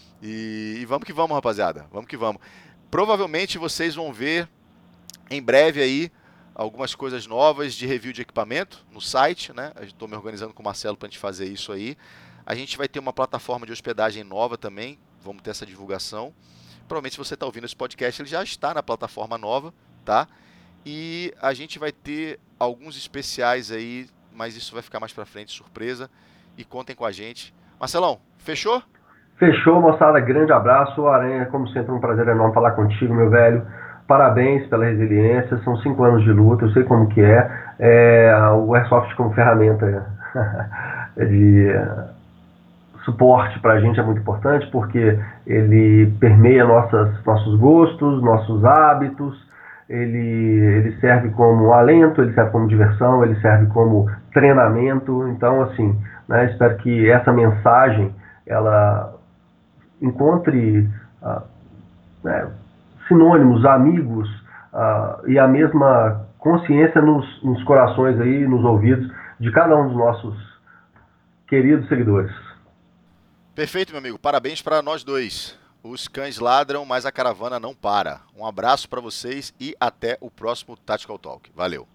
E, e vamos que vamos, rapaziada. Vamos que vamos. Provavelmente vocês vão ver em breve aí algumas coisas novas de review de equipamento no site, né? Eu estou me organizando com o Marcelo pra gente fazer isso aí. A gente vai ter uma plataforma de hospedagem nova também. Vamos ter essa divulgação. Provavelmente se você está ouvindo esse podcast, ele já está na plataforma nova, tá? E a gente vai ter alguns especiais aí, mas isso vai ficar mais pra frente, surpresa. E contem com a gente. Marcelão, fechou? Fechou, moçada. Grande abraço. Aranha, como sempre, um prazer enorme falar contigo, meu velho. Parabéns pela resiliência. São cinco anos de luta, eu sei como que é. é o Airsoft como ferramenta de suporte pra gente é muito importante, porque ele permeia nossas, nossos gostos, nossos hábitos. Ele, ele serve como alento, ele serve como diversão, ele serve como treinamento. Então, assim, né, espero que essa mensagem ela encontre uh, né, sinônimos, amigos uh, e a mesma consciência nos, nos corações aí, nos ouvidos de cada um dos nossos queridos seguidores. Perfeito, meu amigo. Parabéns para nós dois. Os cães ladram, mas a caravana não para. Um abraço para vocês e até o próximo Tactical Talk. Valeu!